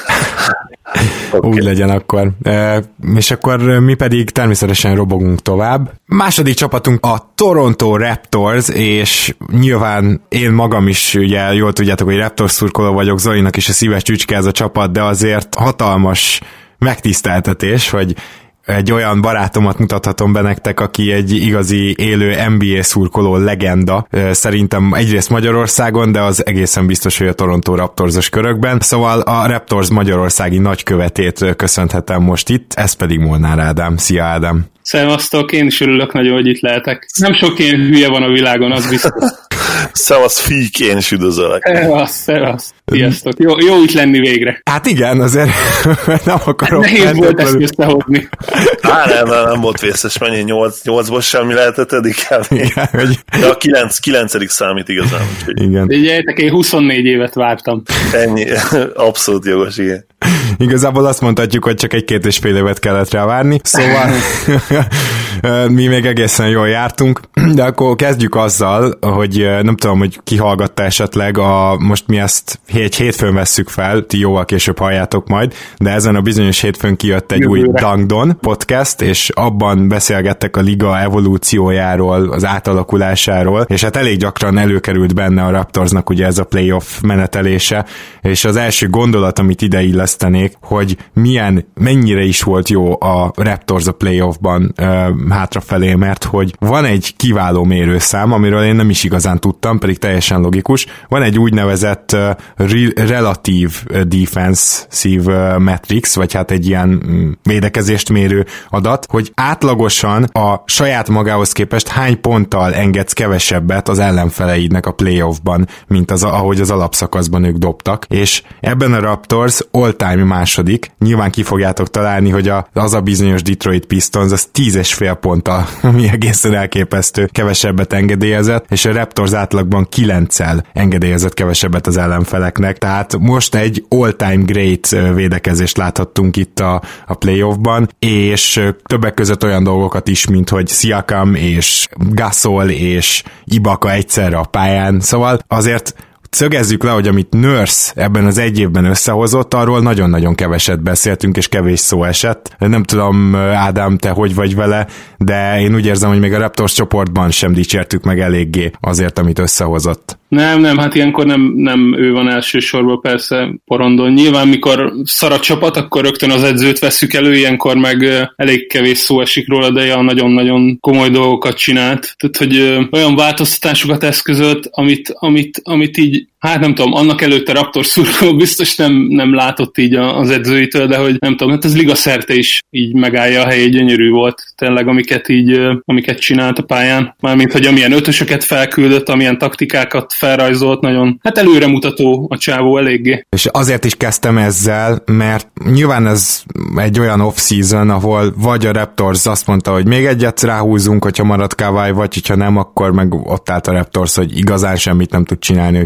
Okay. Úgy legyen akkor. És akkor mi pedig természetesen robogunk tovább. Második csapatunk a Toronto Raptors, és nyilván én magam is ugye jól tudjátok, hogy Raptors szurkoló vagyok, Zolinak is a szíves csücske ez a csapat, de azért hatalmas megtiszteltetés, hogy egy olyan barátomat mutathatom be nektek, aki egy igazi élő NBA szurkoló legenda, szerintem egyrészt Magyarországon, de az egészen biztos, hogy a Toronto Raptorsos körökben. Szóval a Raptors magyarországi nagykövetét köszönhetem most itt, ez pedig Molnár Ádám. Szia, Ádám! Szevasztok, én is örülök nagyon, hogy itt lehetek. Nem sok ilyen hülye van a világon, az biztos. Szevasz, fík, én is üdvözöllek. Szevasz. Sziasztok. Jó itt lenni végre. Hát igen, azért nem akarok. Nehéz volt ezt összehozni. Nem volt vészes, mennyi 8-ból semmi lehetett eddig el. De a 9. számít igazán. Igen. Figyeljetek, én 24 évet vártam. Ennyi, abszolút jogos, igen. Igazából azt mondhatjuk, hogy csak 1-2,5 évet kellett rá várni, szóval mi még egészen jól jártunk, de akkor kezdjük azzal, hogy nem tudom, hogy ki hallgatta esetleg, most mi ezt egy hétfőn vesszük fel, ti jóval később halljátok majd, de ezen a bizonyos hétfőn kijött egy új Dunked podcast, és abban beszélgettek a liga evolúciójáról, az átalakulásáról, és hát elég gyakran előkerült benne a Raptorsnak ugye ez a playoff menetelése, és az első gondolat, amit ide illesztenék, hogy mennyire is volt jó a Raptors a playoffban hátrafelé, mert hogy van egy kiváló mérőszám, amiről én nem is igazán tudtam, pedig teljesen logikus. Van egy úgynevezett relatív defensive metrics, vagy hát egy ilyen védekezést mérő adat, hogy átlagosan a saját magához képest hány ponttal engedsz kevesebbet az ellenfeleidnek a playoffban, mint ahogy az alapszakaszban ők dobtak, és ebben a Raptors all-time második. Nyilván ki fogjátok találni, hogy az a bizonyos Detroit Pistons az 10,5 ponttal, ami egészen elképesztő, kevesebbet engedélyezett, és a Raptors átlagban 9-szel engedélyezett kevesebbet az ellenfeleknek, tehát most egy all-time great védekezést láthattunk itt a playoffban, és többek között olyan dolgokat is, mint hogy Siakam és Gasol és Ibaka egyszerre a pályán, szóval azért szögezzük le, hogy amit Nurse ebben az egy évben összehozott, arról nagyon-nagyon keveset beszéltünk, és kevés szó esett. Nem tudom, Ádám, te hogy vagy vele, de én úgy érzem, hogy még a Raptors csoportban sem dicsértük meg eléggé azért, amit összehozott. Nem, hát ilyenkor nem ő van elsősorban persze porondon. Nyilván, mikor szar a csapat, akkor rögtön az edzőt vesszük elő, ilyenkor meg elég kevés szó esik róla, de ja, nagyon-nagyon komoly dolgokat csinált. Tehát, hogy olyan változtatásokat eszközölt, amit így, hát nem tudom, annak előtte Raptors szurkoló biztos nem látott így az edzőitől, de hogy nem tudom, hát ez liga szerte is így megállja a helyét, gyönyörű volt tényleg, amiket csinált a pályán. Mármint, hogy amilyen ötösöket felküldött, amilyen taktikákat felrajzolt, nagyon, hát előremutató a csávó eléggé. És azért is kezdtem ezzel, mert nyilván ez egy olyan off-season, ahol vagy a Raptors azt mondta, hogy még egyet ráhúzunk, hogyha marad Kawhi, vagy hogyha nem, akkor meg ott állt a Raptors, hogy igazán semmit nem tud csinálni, hogy pótolja.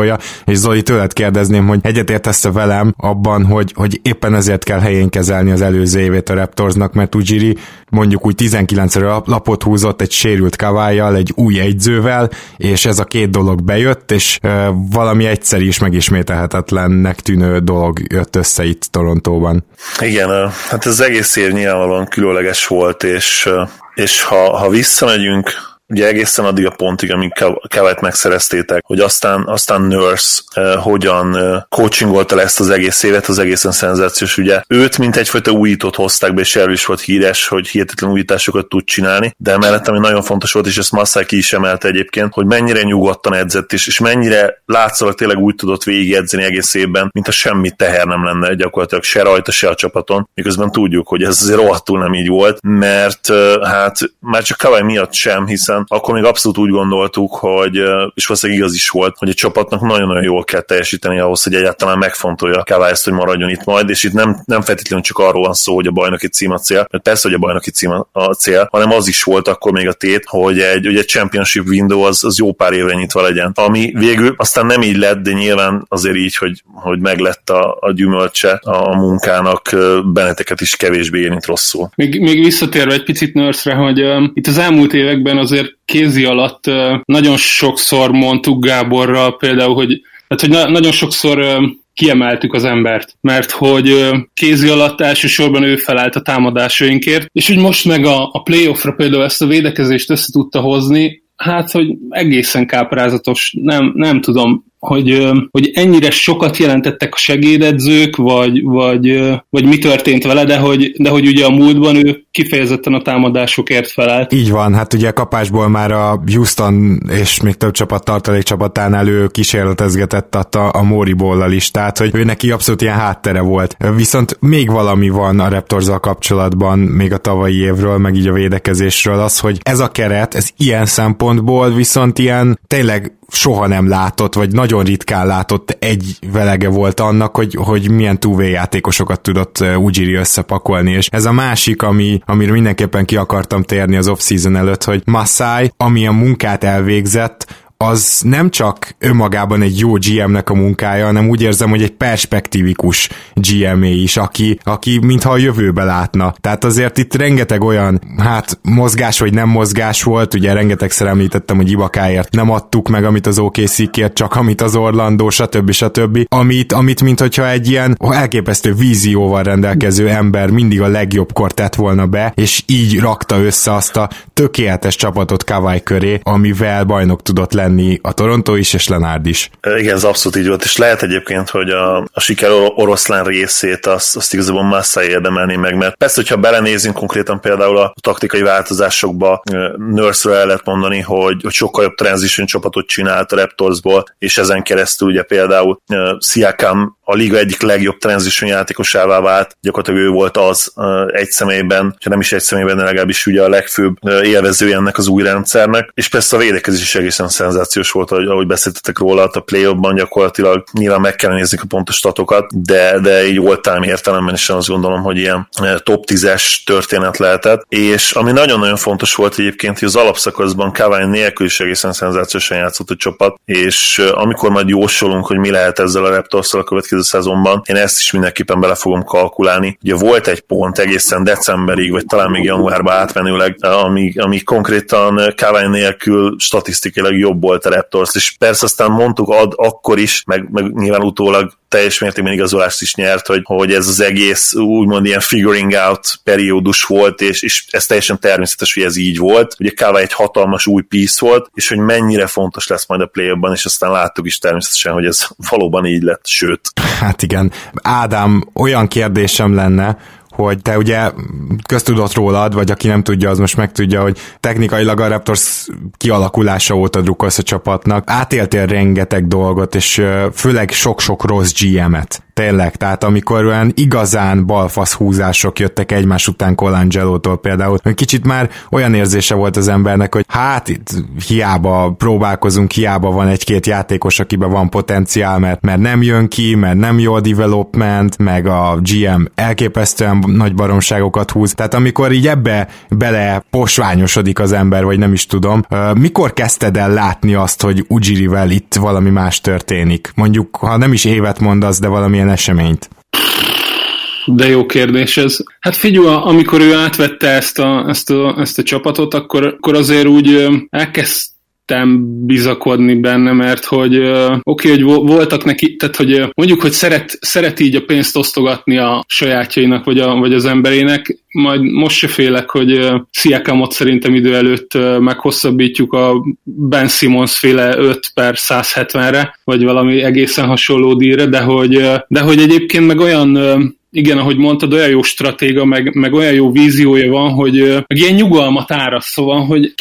szurkolója, és Zoli, tőled kérdezném, hogy egyetértesz-e velem abban, hogy éppen ezért kell helyén kezelni az előző évét a Raptorsnak, mert Ujiri mondjuk úgy 19-re lapot húzott egy sérült Kawhi-jal, egy új egyzővel, és ez a két dolog bejött, és valami egyszerű és megismételhetetlennek tűnő dolog jött össze itt Torontóban. Igen, hát ez egész év nyilvánvalóan különleges volt, és ha visszamegyünk ugye egészen addig a pontig, amíg Kawhi-t megszereztétek, hogy aztán Nurse hogyan coachingolta le ezt az egész évet, az egészen szenzációs, ugye. Őt mint egyfajta újítót hozták be, és erről is volt híres, hogy hihetetlen újításokat tud csinálni, de mellett, ami nagyon fontos volt, és ezt Masai ki is emelte egyébként, hogy mennyire nyugodtan edzett, és mennyire látszólag tényleg úgy tudott végigedzeni egész évben, mint a semmi teher nem lenne gyakorlatilag se rajta, se a csapaton, miközben tudjuk, hogy ez azért rohadtul nem így volt, mert hát már csak Kawhi miatt sem, hiszen akkor még abszolút úgy gondoltuk, hogy, és valószínűleg igaz is volt, hogy a csapatnak nagyon-nagyon jól kell teljesíteni ahhoz, hogy egyáltalán megfontolja Kawhi ezt, hogy maradjon itt majd, és itt nem feltétlenül csak arról van szó, hogy a bajnoki cím a cél, mert persze, hogy a bajnoki cím a cél, hanem az is volt akkor még a tét, hogy egy championship window az jó pár évre nyitva legyen. Ami végül aztán nem így lett, de nyilván azért így, hogy meglett a gyümölcse a munkának, benneteket is kevésbé érint rosszul. Még visszatérve egy picit Nurse-re, hogy itt az elmúlt években azért kézi alatt nagyon sokszor mondtuk Gáborral például, hogy nagyon sokszor kiemeltük az embert, mert hogy kézi alatt elsősorban ő felelt a támadásainkért, és hogy most meg a playoffra például ezt a védekezést össze tudta hozni, hát, hogy egészen káprázatos, nem tudom, hogy ennyire sokat jelentettek a segédedzők, vagy mi történt vele, de hogy ugye a múltban ő kifejezetten a támadásokért felelt. Így van, hát ugye kapásból már a Houston és még több csapat tartalékcsapatánál ő kísérletezgetett a Morey-ball-al is, tehát hogy ő neki abszolút ilyen háttere volt. Viszont még valami van a Raptorzzal kapcsolatban, még a tavalyi évről, meg így a védekezésről, az, hogy ez a keret, ez ilyen szempontból viszont ilyen tényleg soha nem látott, vagy nagyon ritkán látott egy velege volt annak, hogy milyen two-way játékosokat tudott Ujiri összepakolni, és ez a másik, amiről mindenképpen ki akartam térni az off-season előtt, hogy Masai, ami a munkát elvégzett, az nem csak önmagában egy jó GM-nek a munkája, hanem úgy érzem, hogy egy perspektívikus GM-é is, aki mintha a jövőbe látna. Tehát azért itt rengeteg olyan, mozgás vagy nem mozgás volt, ugye rengetegszer említettem, hogy Ibakáért nem adtuk meg, amit az OKC kért, csak amit az Orlando, stb. Amit minthogyha egy ilyen elképesztő vízióval rendelkező ember mindig a legjobbkor tett volna be, és így rakta össze azt a tökéletes csapatot Kawhi köré, amivel bajnok tudott lenni a Toronto is, és Leonard is. Igen, ez abszolút így volt, és lehet egyébként, hogy a siker oroszlán részét azt igazából Masai érdemelni meg, mert persze, hogyha belenézünk konkrétan például a taktikai változásokba, Nurse-ről el lehet mondani, hogy sokkal jobb transition csapatot csinált a Raptorsból, és ezen keresztül ugye például Siakam a liga egyik legjobb transition játékosává vált, gyakorlatilag ő volt az egy személyben, ha nem is egy személyben, de legalábbis ugye a legfőbb élvezője ennek az új rendszernek, és persze a védekezés is egészen szenzációs volt, ahogy beszéltetek róla, a play-offban gyakorlatilag nyilván meg kell nézni a pontos statokat, de így all-time értelemben is azt gondolom, hogy ilyen top 10-es történet lehetett, és ami nagyon-nagyon fontos volt egyébként, hogy az alapszakaszban Kawhi nélkül is egészen szenzációsan játszott a csapat, és amikor majd jósolunk, hogy mi lehet ezzel a Raptorsszal a következő szezonban, én ezt is mindenképpen bele fogom kalkulálni. Ugye volt egy pont egészen decemberig, vagy talán még januárban átmenőleg, ami konkrétan Kawhi nélkül statisztikailag jobb volt a Raptors, és persze aztán mondtuk akkor is, meg nyilván utólag teljes mértékben igazolást is nyert, hogy ez az egész úgymond ilyen figuring out periódus volt, és ez teljesen természetes, hogy ez így volt. Ugye Kawhi egy hatalmas új piece volt, és hogy mennyire fontos lesz majd a play-offban, és aztán láttuk is természetesen, hogy ez valóban így lett, sőt. Hát igen. Ádám, olyan kérdésem lenne, hogy te ugye köztudott rólad, vagy aki nem tudja, az most megtudja, hogy technikailag a Raptors kialakulása óta drukkolsz a csapatnak. Átéltél rengeteg dolgot, és főleg sok-sok rossz GM-et. Tényleg, tehát amikor olyan igazán balfasz húzások jöttek egymás után Colangelótól például, kicsit már olyan érzése volt az embernek, hogy hát itt hiába próbálkozunk, hiába van egy-két játékos, akiben van potenciál, mert nem jön ki, mert nem jó a development, meg a GM elképesztően nagy baromságokat húz. Tehát amikor így ebbe bele posványosodik az ember, vagy nem is tudom, mikor kezdted el látni azt, hogy Ujirivel itt valami más történik? Mondjuk, ha nem is évet mondasz, de valamilyen eseményt. De jó kérdés ez. Hát figyelj, amikor ő átvette ezt a csapatot, akkor azért úgy elkezdtem bizakodni benne, mert hogy hogy voltak neki, tehát hogy mondjuk, hogy szeret így a pénzt osztogatni a sajátjainak, vagy az emberének, majd most se félek, hogy Siakamot szerintem idő előtt meghosszabbítjuk a Ben Simmons féle 5/170-re, vagy valami egészen hasonló díjra, de hogy egyébként meg olyan igen, ahogy mondtad, olyan jó stratéga, meg olyan jó víziója van, hogy meg ilyen nyugalmat áraszt, szóval, hogy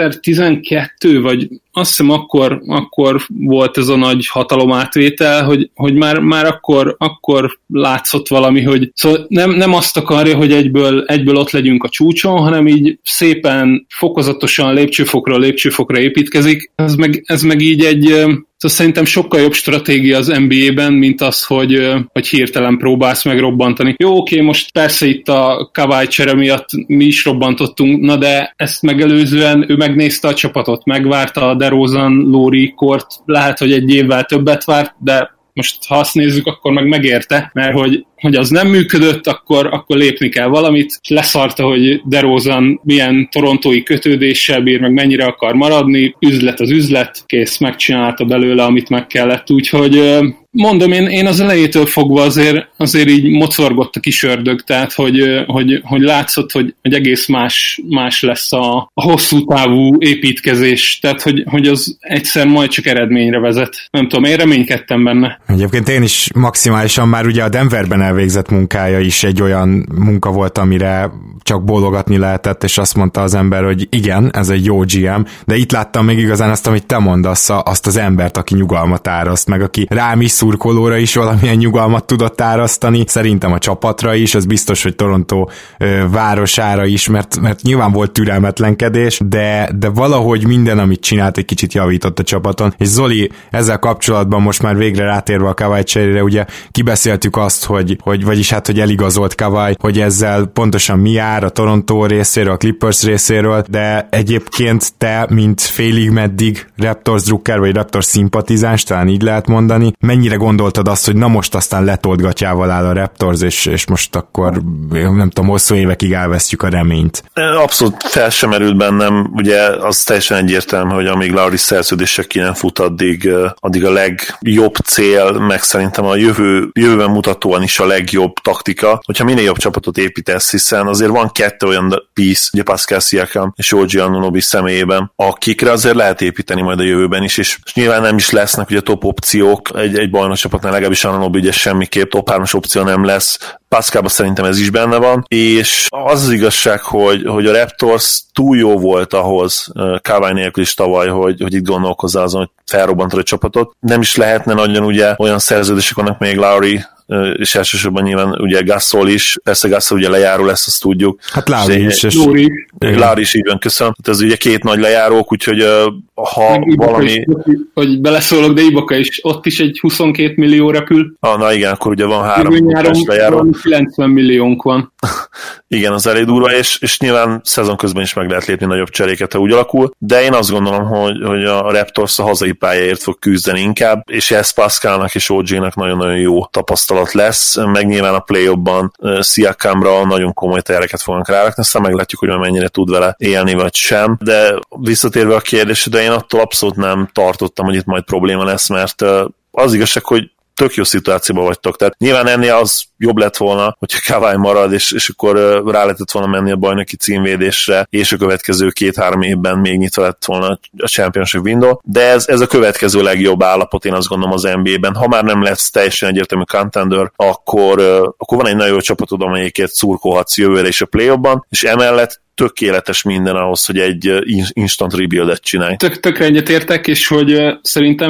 2012, vagy azt hiszem akkor volt ez a nagy hatalomátvétel, hogy már akkor látszott valami, hogy szóval nem azt akarja, hogy egyből ott legyünk a csúcson, hanem így szépen fokozatosan lépcsőfokra építkezik. Ez meg így szóval szerintem sokkal jobb stratégia az NBA-ben, mint az, hogy hirtelen próbálsz megrobbantani. Jó, oké, most persze itt a Kawhi csere miatt mi is robbantottunk, na de ezt megelőzően ő megnézte a csapatot, megvárta a DeRozan, Lowry kort, lehet, hogy egy évvel többet várt, de most ha azt nézzük, akkor megérte, mert hogy az nem működött, akkor lépni kell valamit, és leszarta, hogy DeRozan milyen torontói kötődéssel bír, meg mennyire akar maradni, üzlet az üzlet, kész, megcsinálta belőle, amit meg kellett, úgyhogy mondom, én az elejétől fogva azért így mocorgott a kis ördög, tehát hogy látszott, hogy egész más lesz a hosszú távú építkezés, tehát hogy az egyszer majd csak eredményre vezet. Nem tudom, én reménykedtem benne. Egyébként én is maximálisan már ugye a Denverben elvégzett munkája is egy olyan munka volt, amire csak bólogatni lehetett, és azt mondta az ember, hogy igen, ez egy jó GM, de itt láttam még igazán azt, amit te mondasz, azt az embert, aki nyugalmat áraszt, meg aki rám is szurkolóra is valamilyen nyugalmat tudott árasztani, szerintem a csapatra is, az biztos, hogy Toronto városára is, mert nyilván volt türelmetlenkedés, de valahogy minden, amit csinált, egy kicsit javított a csapaton, és Zoli, ezzel kapcsolatban most már végre rátérve a Kawhi cserére, ugye kibeszéltük azt, hogy eligazolt Kawhi, hogy ezzel pontosan mi jár a Toronto részéről, a Clippers részéről, de egyébként te, mint félig meddig Raptors drukker, vagy Raptors szimpatizáns, talán így lehet mondani, mennyire gondoltad azt, hogy na most aztán letoldgatjával áll a Raptors, és most akkor nem tudom, hosszú évekig elvesztjük a reményt? Abszolút fel sem merült bennem, ugye az teljesen egyértelmű, hogy amíg Lowry szerződések ki nem fut, addig a legjobb cél, meg szerintem a jövőben mutatóan is a legjobb taktika, hogyha minél jobb csapatot építesz, hiszen azért van kettő olyan piece, ugye Pascal Siakam és OG Anunoby személyében, akikre azért lehet építeni majd a jövőben is, és nyilván nem is lesznek ugye top opciók, egy bajnokcsapatnál legalábbis Anunoby ugye semmiképp top 3-as opció nem lesz, Pascalban szerintem ez is benne van, és az igazság, hogy a Raptors túl jó volt ahhoz Kawhi nélkül is tavaly, hogy itt gondolkozzál azon, hogy felrobbantod a csapatot. Nem is lehetne nagyon ugye olyan szerződések vannak még Lowry, és elsősorban nyilván ugye Gasol is, persze Gasol ugye lejáró lesz, azt tudjuk. Hát Lowry is. Lowry is, így van, köszönöm. Hát ez ugye két nagy lejárók, úgyhogy ha valami... Hogy beleszólok, de Ibaka is, ott is egy 22 millió repül. Na igen, akkor ugye van 3 lejáró. 90 milliónk van. Igen, az elég durva, és nyilván szezon közben is meg lehet lépni nagyobb cseréket, ha úgy alakul, de én azt gondolom, hogy a Raptors a hazai pályáért fog küzdeni inkább, és ez Pascalnak és OG-nak nagyon-nagyon jó tapasztalat lesz, meg nyilván a play-offban Siakamra nagyon komoly terheket fognak rárakni, aztán meglátjuk, hogy mennyire tud vele élni, vagy sem, de visszatérve a kérdésre, én attól abszolút nem tartottam, hogy itt majd probléma lesz, mert az igazság, hogy tök jó szituációban vagytok. Tehát nyilván ennél az jobb lett volna, hogyha Kawhi marad, és akkor rá lehetett volna menni a bajnoki címvédésre, és a következő 2-3 évben még nyitva lett volna a championship window, de ez a következő legjobb állapot, én azt gondolom az NBA-ben. Ha már nem lesz teljesen egyértelmű contender, akkor van egy nagyon jó csapatod, amelyikért szurkolhatsz jövőre is a play-offban, és emellett tökéletes minden ahhoz, hogy egy instant rebuild-et csinálj. Tökre egyetértek, és hogy szerintem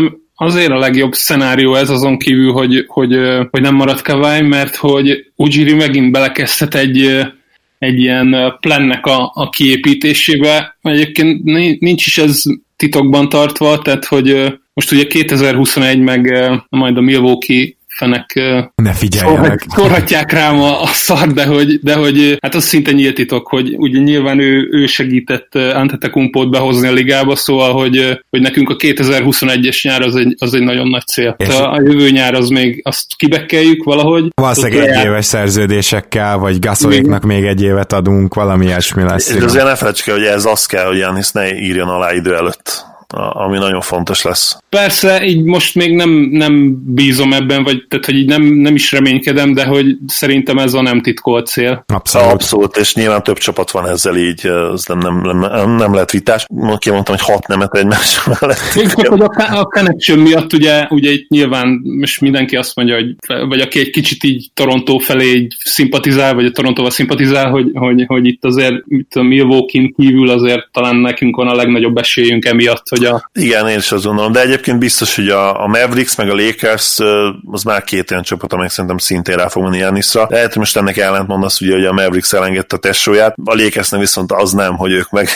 azért a legjobb szenárió ez, azon kívül, hogy nem marad Kawhi, mert hogy Ujiri megint belekezdhet egy ilyen plannek a kiépítésébe. Egyébként nincs is ez titokban tartva, tehát hogy most ugye 2021 meg majd a Milwaukee fenek ne figyeljenek. Korhatják rám a szar, de hogy hát az szinte nyílt titok, hogy ugye nyilván ő segített Antetokounmpót behozni a ligába, szóval, hogy nekünk a 2021-es nyár az egy nagyon nagy cél. A jövő nyár az még azt kibekkeljük valahogy. Valószínűleg egy éves szerződésekkel, vagy Gasoléknak még egy évet adunk, valami ilyesmi lesz. És azért ne felejtsük el, hogy ez az kell, hogy Giannis ne írjon alá idő előtt, ami nagyon fontos lesz. Persze, így most még nem bízom ebben, vagy tehát, hogy így nem is reménykedem, de hogy szerintem ez a nem titkolt cél. Abszolút, és nyilván több csapat van ezzel így, ez nem lehet vitás. Kimondtam, hogy 6 nemet egymás mellett. A connection miatt ugye itt nyilván most mindenki azt mondja, vagy aki egy kicsit így Toronto felé így szimpatizál, vagy a Torontóval szimpatizál, hogy itt azért itt a Milwaukee-n kívül azért talán nekünk van a legnagyobb esélyünk emiatt, hogy Igen, én is azt gondolom, de egyébként biztos, hogy a Mavericks meg a Lakers az már két olyan csapat, amelyek szerintem szintén rá fog menni Giannisra. Lehet, hogy most ennek ellent mondasz, ugye, hogy a Mavericks elengedte a testsóját, a Lakersnek viszont az nem, hogy ők meg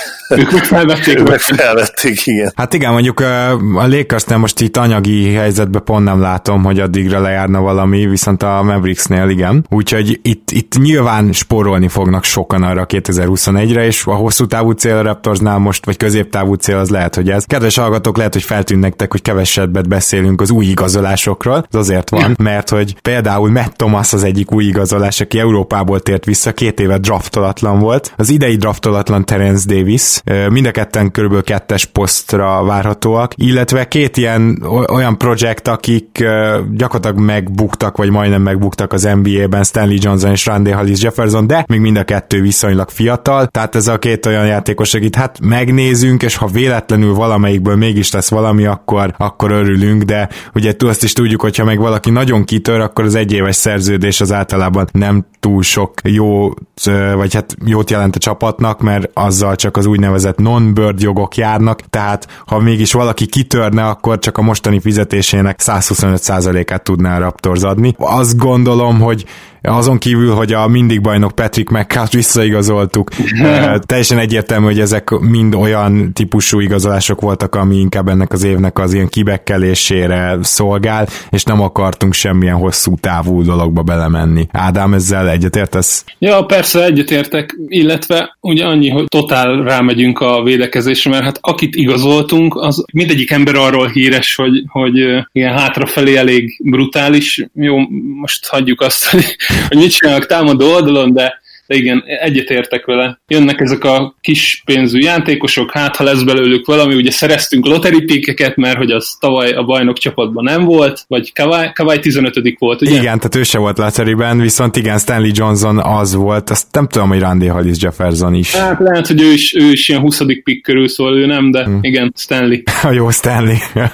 felvették, igen. Hát igen, mondjuk a Lakersnél most itt anyagi helyzetben pont nem látom, hogy addigra lejárna valami, viszont a Mavericksnél igen. Úgyhogy itt nyilván spórolni fognak sokan arra 2021-re, és a hosszú távú cél a Raptorsnál most, vagy középtávú cél az lehet, hogy ez. Kedves hallgatók, lehet, hogy feltűnt nektek, hogy kevesebbet beszélünk az új igazolásokról. Ez azért van, mert hogy például Matt Thomas az egyik új igazolás, aki Európából tért vissza, 2 éve draftolatlan volt. Az idei draftolatlan Terence Davis, mind a ketten körülbelül 2-es posztra várhatóak, illetve 2 ilyen olyan projekt, akik gyakorlatilag megbuktak, vagy majdnem megbuktak az NBA-ben, Stanley Johnson és Randle Hollis Jefferson, de még mind a kettő viszonylag fiatal, tehát ez a 2 olyan játékos, akit hát megnézünk, és ha véletlenül valamelyikből mégis lesz valami, akkor örülünk, de ugye azt is tudjuk, hogyha meg valaki nagyon kitör, akkor az 1 éves szerződés az általában nem túl sok jó, vagy hát jót jelent a csapatnak, mert azzal csak az úgynevezett non-bird jogok járnak, tehát ha mégis valaki kitörne, akkor csak a mostani fizetésének 125%-át tudná a Raptors adni. Azt gondolom, hogy azon kívül, hogy a mindig bajnok Patrick McCart visszaigazoltuk, teljesen egyértelmű, hogy ezek mind olyan típusú igazolások voltak, ami inkább ennek az évnek az ilyen kibekkelésére szolgál, és nem akartunk semmilyen hosszú távú dologba belemenni. Ádám, ezzel egyetértesz? Ja, persze egyetértek, illetve ugye annyi, hogy totál rámegyünk a védekezésre, mert hát akit igazoltunk, az mindegyik ember arról híres, hogy ilyen hátrafelé elég brutális. Jó, most hagyjuk azt, hogy mit csinálnak támadó oldalon, de igen, egyetértek vele. Jönnek ezek a kis pénzű játékosok, hát ha lesz belőlük valami, ugye szereztünk lottery pickeket, mert hogy az tavaly a bajnok csapatban nem volt, vagy Kawhi 15. volt, ugye? Igen, tehát ő se volt lotteryben, viszont igen, Stanley Johnson az volt, azt nem tudom, hogy Randle Hollis Jefferson is. Hát lehet, hogy ő is ilyen 20. pick körül, szóval ő nem, de igen, Stanley. Jó, Stanley.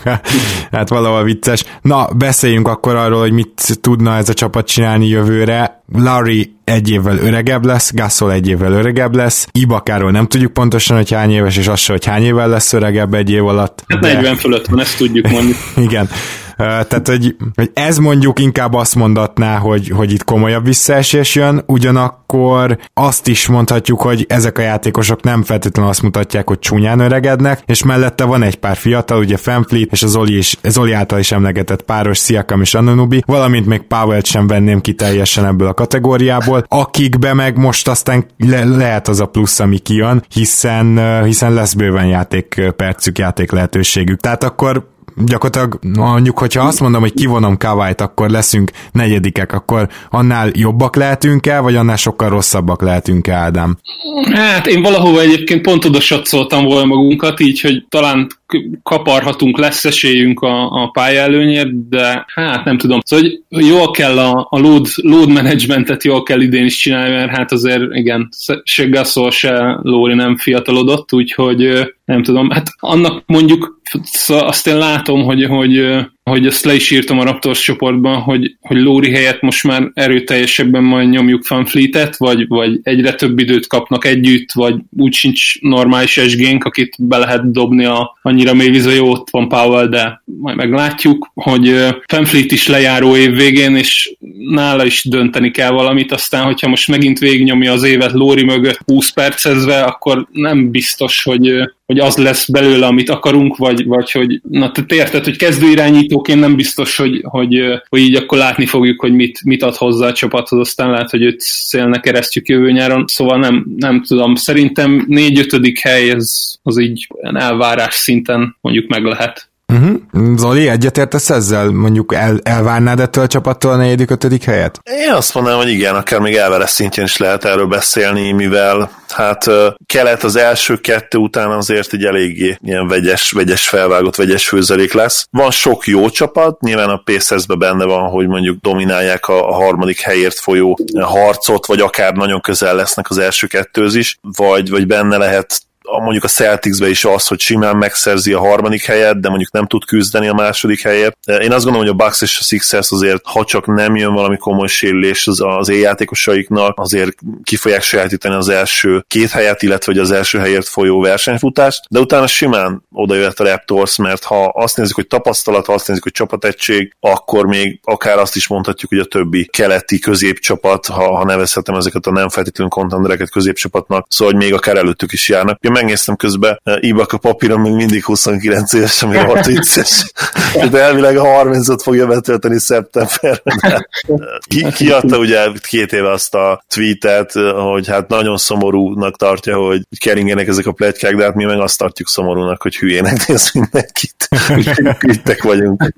Hát valahol vicces. Na, beszéljünk akkor arról, hogy mit tudna ez a csapat csinálni jövőre. Larry 1 évvel öregebb lesz, Gasol 1 évvel öregebb lesz, Ibakáról nem tudjuk pontosan, hogy hány éves, és azt se, hogy hány évvel lesz öregebb 1 év alatt. Hát 40 fölött van, ezt tudjuk mondjuk. Igen. Tehát, hogy ez mondjuk inkább azt mondatná, hogy itt komolyabb visszaesés jön, ugyanakkor azt is mondhatjuk, hogy ezek a játékosok nem feltétlenül azt mutatják, hogy csúnyán öregednek, és mellette van egy pár fiatal, ugye VanVleet és az Oli által is emlegetett páros, Siakam és Anunoby, valamint még Powell-t sem venném ki teljesen ebből a kategóriából, akikbe meg most aztán lehet az a plusz, ami kijön, hiszen lesz bőven játékpercük, játék lehetőségük. Tehát akkor gyakorlatilag mondjuk, hogyha azt mondom, hogy kivonom Kawhit, akkor leszünk 4, akkor annál jobbak lehetünk-e, vagy annál sokkal rosszabbak lehetünk-e, Ádám? Hát én valahova egyébként pont oda satszoltam volna magunkat, így, hogy talán kaparhatunk, lesz esélyünk a pályaelőnyért, de hát nem tudom. Szóval, hogy jól kell a load managementet jól kell idén is csinálni, mert hát azért igen, se Gasol, se Lowry nem fiatalodott, úgyhogy nem tudom. Hát annak mondjuk azt én látom, hogy hogy ezt le is írtam a Raptors csoportban, hogy Lowry helyett most már erőteljesebben majd nyomjuk VanVleetet, vagy egyre több időt kapnak együtt, vagy úgy sincs normális SG-nk, akit be lehet dobni annyira mélyvízbe, jó, ott van Powell, de majd meglátjuk, hogy VanVleet is lejáró év végén, és nála is dönteni kell valamit, aztán, hogyha most megint végignyomja az évet Lowry mögött 20 percezve, akkor nem biztos, hogy az lesz belőle, amit akarunk, vagy hogy, na te érted, hogy kezdőirányítóként nem biztos, hogy így akkor látni fogjuk, hogy mit ad hozzá a csapathoz, aztán lehet, hogy őt szélnek keresztjük jövő nyáron, szóval nem tudom, szerintem 4-5. hely az így elvárás szinten mondjuk meg lehet. Zoli, egyetértesz ezzel? Mondjuk elvárnád ettől a csapattól a 4.-5. helyet? Én azt mondanám, hogy igen, akár még Everest szintjén is lehet erről beszélni, mivel hát kelet az első 2 után azért egy eléggé ilyen vegyes felvágott, vegyes főzelék lesz. Van sok jó csapat, nyilván a Pacersben benne van, hogy mondjuk dominálják a 3. helyért folyó harcot, vagy akár nagyon közel lesznek az első 2-höz is, vagy benne lehet mondjuk a Celticsbe is az, hogy simán megszerzi a 3. helyet, de mondjuk nem tud küzdeni a 2. helyért. Én azt gondolom, hogy a Bucks és a Sixers azért, ha csak nem jön valami komoly sérülés az éjjátékosaiknak, azért ki fogják sajátítani az első 2 helyet, illetve hogy az első helyért folyó versenyfutást, de utána simán oda jöhet a Raptors, mert ha azt nézzük, hogy tapasztalat, ha azt nézzük, hogy csapategység, akkor még akár azt is mondhatjuk, hogy a többi keleti középcsapat, ha nevezhetem ezeket a nem feltétlenül kontendereket középcsapatnak, szóval hogy még akár előttük is járnak. Megnéztem közben, Ibaka papíron még mindig 29 éves, ami rohadt vicces. De elvileg a 30-ot fogja betölteni szeptemberben. Kiadta ugye 2 éve azt a tweetet, hogy hát nagyon szomorúnak tartja, hogy keringenek ezek a pletykák, de hát mi meg azt tartjuk szomorúnak, hogy hülyének néz mindenkit. Küldtek vagyunk.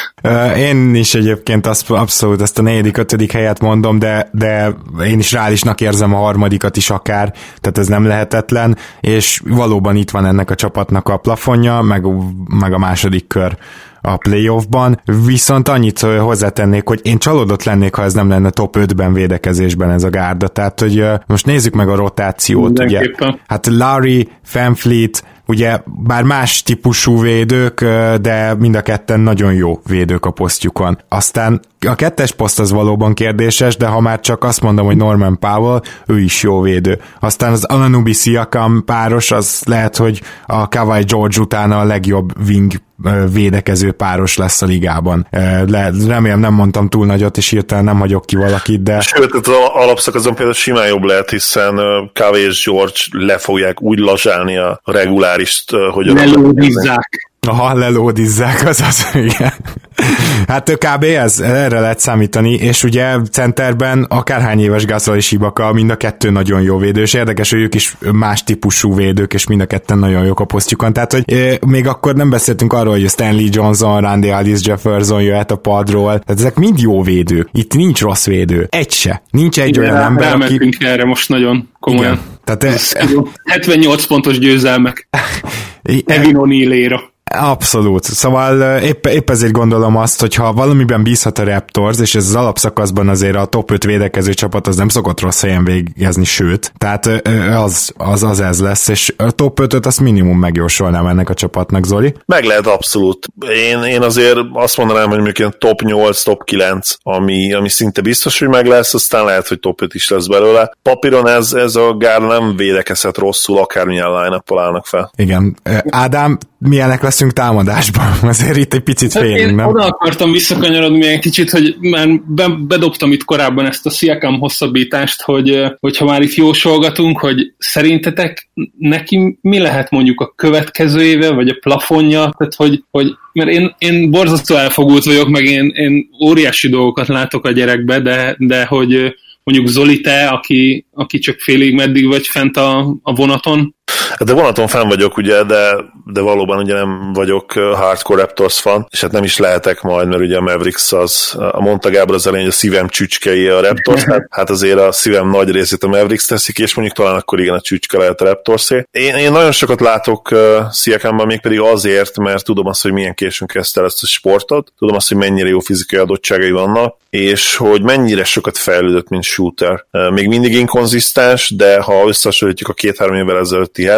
Én is egyébként abszolút ezt a 4.-5. helyet mondom, de én is reálisnak érzem a 3. is akár, tehát ez nem lehetetlen, és valóban itt van ennek a csapatnak a plafonja, meg a 2. kör a playoffban, viszont annyit hozzátennék, hogy én csalódott lennék, ha ez nem lenne top 5-ben védekezésben ez a gárda, tehát hogy most nézzük meg a rotációt, ugye. Hát Lowry, VanVleet, ugye bár más típusú védők, de mind a ketten nagyon jó védők a posztjukon. Aztán a 2. poszt az valóban kérdéses, de ha már csak azt mondom, hogy Norman Powell, ő is jó védő. Aztán az Anunoby Siakam páros, az lehet, hogy a Kawhi George után a legjobb wing védekező páros lesz a ligában. Remélem nem mondtam túl nagyot, és hirtelen nem hagyok ki valakit, de... Sőt, az alapszakaszon például simán jobb lehet, hiszen Kawhi és George le fogják úgy lazsálni a regulárist, hogy... Lelódizzák. Aha, lelódizzák, azaz, igen. Hát kb. Erre lehet számítani, és ugye centerben akárhány éves Gasol és Ibaka, mind a kettő nagyon jó védő, és érdekes, hogy ők is más típusú védők, és mind a ketten nagyon jók a posztjukon, tehát hogy még akkor nem beszéltünk arról, hogy Stanley Johnson, Randy Alice Jefferson jöhet a padról, tehát ezek mind jó védők, itt nincs rossz védő, egy se, nincs egy olyan ember, aki... erre most nagyon komolyan. Igen, tehát 78 pontos győzelmek Evan O'Neal-éra. Abszolút. Szóval épp ezért gondolom azt, hogy ha valamiben bízhat a Raptors, és ez az alapszakaszban azért a top 5 védekező csapat az nem szokott rossz helyen végezni, sőt. Tehát az ez lesz, és a top 5-öt azt minimum megjósolnám ennek a csapatnak, Zoli. Meg lehet abszolút. Én azért azt mondanám, hogy mondjuk top 8, top 9, ami szinte biztos, hogy meg lesz, aztán lehet, hogy top 5 is lesz belőle. Papíron ez a gárda nem védekezhet rosszul, akármilyen line-up-pal állnak fel. Igen. Ádám, milyenek leszünk támadásban? Azért itt egy picit félünk, nem? Én oda akartam visszakanyarodni egy kicsit, hogy már bedobtam itt korábban ezt a Siakam hosszabbítást, hogyha már itt jósolgatunk, hogy szerintetek neki mi lehet mondjuk a következő éve, vagy a plafonja, tehát hogy mert én borzasztó elfogult vagyok, meg én óriási dolgokat látok a gyerekbe, de hogy mondjuk Zoli, te, aki csak félig meddig vagy fent a vonaton? De vonaton fenn vagyok, ugye, de valóban ugye nem vagyok hardcore Raptors fan, és hát nem is lehetek majd, mert ugye a Mavericks mondta Gábor az elején, hogy a szívem csücskei a Raptors, hát azért a szívem nagy részét a Mavericks teszik, és mondjuk talán akkor igen, a csücske lehet a Raptorsé. Én nagyon sokat látok Siakamban, mégpedig azért, mert tudom azt, hogy milyen későn kezdte el ezt a sportot, tudom azt, hogy mennyire jó fizikai adottságai vannak, és hogy mennyire sokat fejlődött, mint shooter. Még mindig inkonzisztens, de ha összehasonlítjuk a 2-3 évvel ezelőttihez,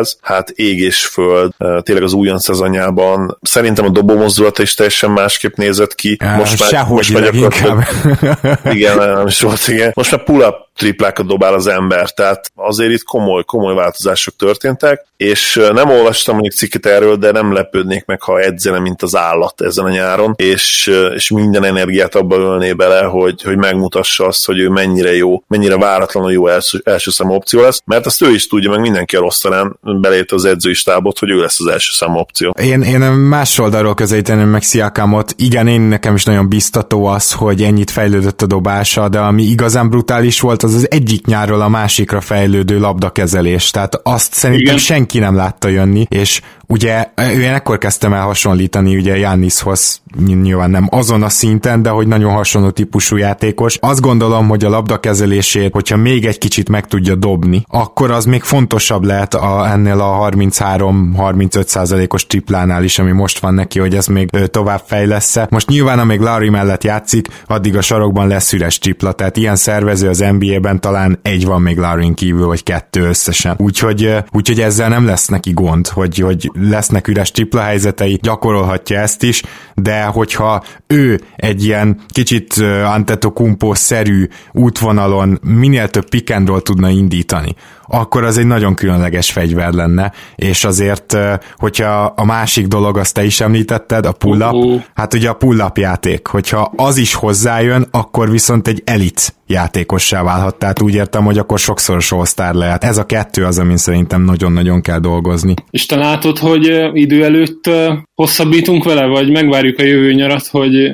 ez, hát ég és föld, tényleg az újon szezonjában. Szerintem a dobó mozdulata is teljesen másképp nézett ki. Sehogy inkább. Igen, nem is volt, igen. Most már pull-up triplákat dobál az ember, tehát azért itt komoly változások történtek, és nem olvastam mondjuk cikket erről, de nem lepődnék meg, ha edzene, mint az állat ezen a nyáron, és minden energiát abba ölné bele, hogy megmutassa azt, hogy ő mennyire jó, mennyire váratlanul jó első számú opció lesz, mert azt ő is tudja, meg mindenki a rosszalán beleérte az edzői stábot, hogy ő lesz az első számú opció. Én más oldalról közelíteném meg Siakamot. Igen, nekem is nagyon biztató az, hogy ennyit fejlődött a dobása, de ami igazán brutális volt, az egyik nyárról a másikra fejlődő labdakezelés. Tehát azt szerintem senki nem látta jönni, és ugye én ekkor kezdtem el hasonlítani ugye Giannishoz, nyilván nem azon a szinten, de hogy nagyon hasonló típusú játékos. Azt gondolom, hogy a labdakezelését, hogyha még egy kicsit meg tudja dobni, akkor az még fontosabb lehet ennél a 33-35%-os triplánál is, ami most van neki, hogy ez még tovább fejlesz-e. Most nyilván, amíg Larry mellett játszik, addig a sarokban lesz üres tripla, tehát ilyen szervező az NBA-ben talán egy van még Larryn kívül, vagy 2 összesen. Úgyhogy ezzel nem lesz neki gond, hogy lesznek üres tripla helyzetei, gyakorolhatja ezt is, de hogyha ő egy ilyen kicsit Antetokounmpo-szerű útvonalon minél több pick and roll tudna indítani, akkor az egy nagyon különleges fegyver lenne, és azért, hogyha a másik dolog, azt te is említetted, a pull-up, hát ugye a pull-up játék, hogyha az is hozzájön, akkor viszont egy elit játékossá válhat, tehát úgy értem, hogy akkor sokszoros all-star lehet. Ez a kettő az, amin szerintem nagyon-nagyon kell dolgozni. És te látod, hogy idő előtt hosszabbítunk vele, vagy megvárjuk a jövő nyarat, hogy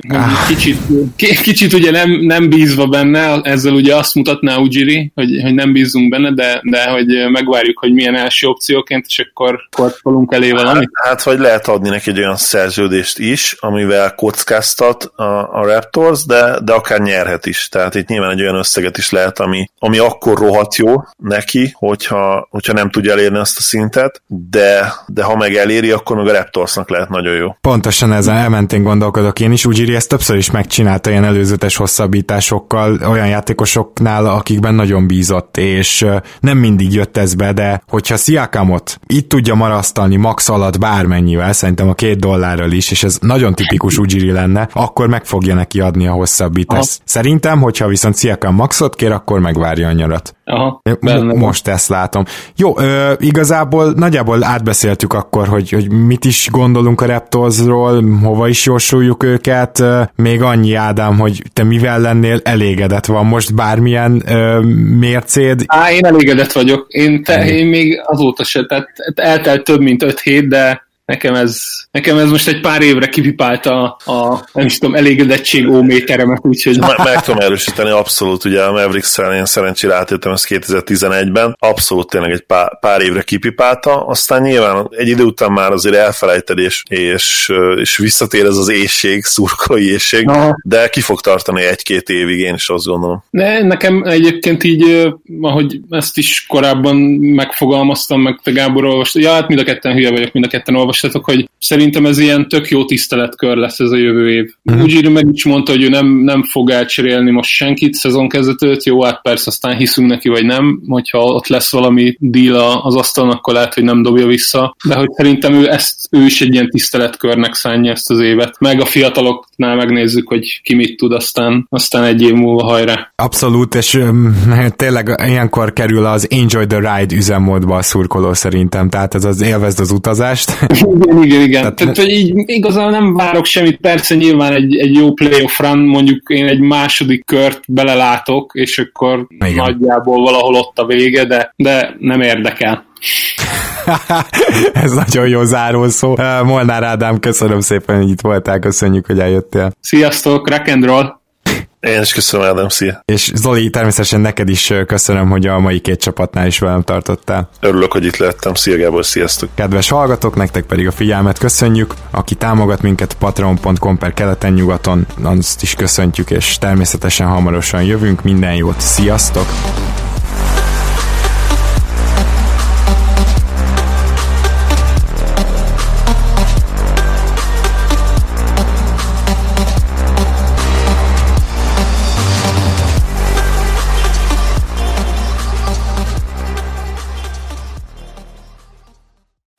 kicsit ugye nem bízva benne, ezzel ugye azt mutatná Ujiri, hogy nem bízunk benne, de hogy megvárjuk, hogy milyen első opcióként, és akkor kortolunk elé valamit. Hát, vagy lehet adni neki egy olyan szerződést is, amivel kockáztat a Raptors, de akár nyerhet is. Tehát itt nyilván egy olyan összeget is lehet, ami akkor rohadt jó neki, hogyha nem tudja elérni azt a szintet, de ha meg eléri, akkor meg a Raptorsnak lehet nagyon jó. Pontosan ezen elmentén gondolkodok én is, Ujiri ezt többször is megcsinálta ilyen előzetes hosszabbításokkal, olyan játékosoknál, akikben nagyon bízott, és nem mindig jött ez be, de hogyha Siakamot itt tudja marasztalni max alatt bármennyivel, szerintem a $2 is, és ez nagyon tipikus Ujiri lenne, akkor meg fogja neki adni a hosszabbítást. Szerintem, hogyha viszont Siakam maxot kér, akkor megvárja a nyarat. Most ezt látom. Jó, igazából nagyjából átbeszéltük akkor, hogy mit is gondolunk a Raptorsról, hova is jósoljuk őket, még annyi, Ádám, hogy te mivel lennél elégedett, van most bármilyen mércéd? Én elégedett vagyok. Én még azóta se, tehát eltelt több mint 5 hét, de nekem ez most egy pár évre kipipálta nem is tudom, elégedettség óméteremet, úgyhogy... Meg tudom erősíteni, abszolút, ugye a Mavericks-szel én szerencsére átéltem ezt 2011-ben, abszolút tényleg egy pár évre kipipálta, aztán nyilván egy idő után már azért elfelejted, és visszatér ez az éhség, szurkolói éhség, de ki fog tartani 1-2 évig, én is azt gondolom. Nekem egyébként így, ahogy ezt is korábban megfogalmaztam, meg te Gábor olvastad, hát mind a ketten hülye vagyok, mind a ketten olvastatok, hogy szerintem ez ilyen tök jó tiszteletkör lesz ez a jövő év. Ujiri meg is mondta, hogy ő nem fog elcserélni most senkit szezon kezdetőt, jó, hát persze aztán hiszünk neki, vagy nem, hogyha ott lesz valami deal az asztalon, akkor lehet, hogy nem dobja vissza, de hogy szerintem ő is egy ilyen tiszteletkörnek szánja ezt az évet. Meg a fiataloknál megnézzük, hogy ki mit tud, aztán egy év múlva hajrá. Abszolút, és tényleg ilyenkor kerül az Enjoy the Ride üzemmódba a szurkoló szerintem, tehát ez az élvezd az utazást. Igen. Tehát, hogy így igazán nem várok semmit, persze nyilván egy jó playoff run, mondjuk én egy második kört belelátok, és akkor nagyjából valahol ott a vége, de nem érdekel. Ez nagyon jó zárószó. Molnár Ádám, köszönöm szépen, hogy itt voltál, köszönjük, hogy eljöttél. Sziasztok, rock and roll! Én is köszönöm, Ádám, szia! És Zoli, természetesen neked is köszönöm, hogy a mai 2 csapatnál is velem tartottál. Örülök, hogy itt lettem. Szia Gábor, sziasztok! Kedves hallgatók, nektek pedig a figyelmet köszönjük. Aki támogat minket patreon.com/keleten-nyugaton, azt is köszöntjük, és természetesen hamarosan jövünk. Minden jót, sziasztok!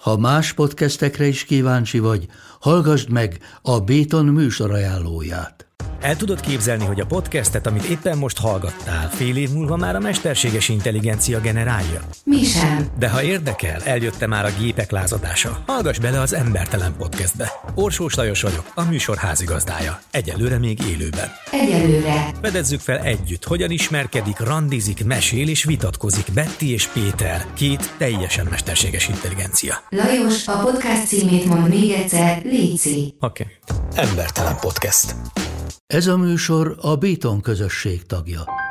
Ha más podcastekre is kíváncsi vagy, hallgassd meg a Béton műsor ajánlóját. El tudod képzelni, hogy a podcastet, amit éppen most hallgattál, fél év múlva már a mesterséges intelligencia generálja? Mi sem. De ha érdekel, eljött már a gépek lázadása. Hallgass bele az Embertelen Podcastbe. Orsós Lajos vagyok, a műsor házigazdája. Egyelőre még élőben. Egyelőre. Fedezzük fel együtt, hogyan ismerkedik, randizik, mesél és vitatkozik Betty és Péter, két teljesen mesterséges intelligencia. Lajos, a podcast címét mond még egyszer, léci. Oké. Embertelen Podcast. Ez a műsor a Béton közösség tagja.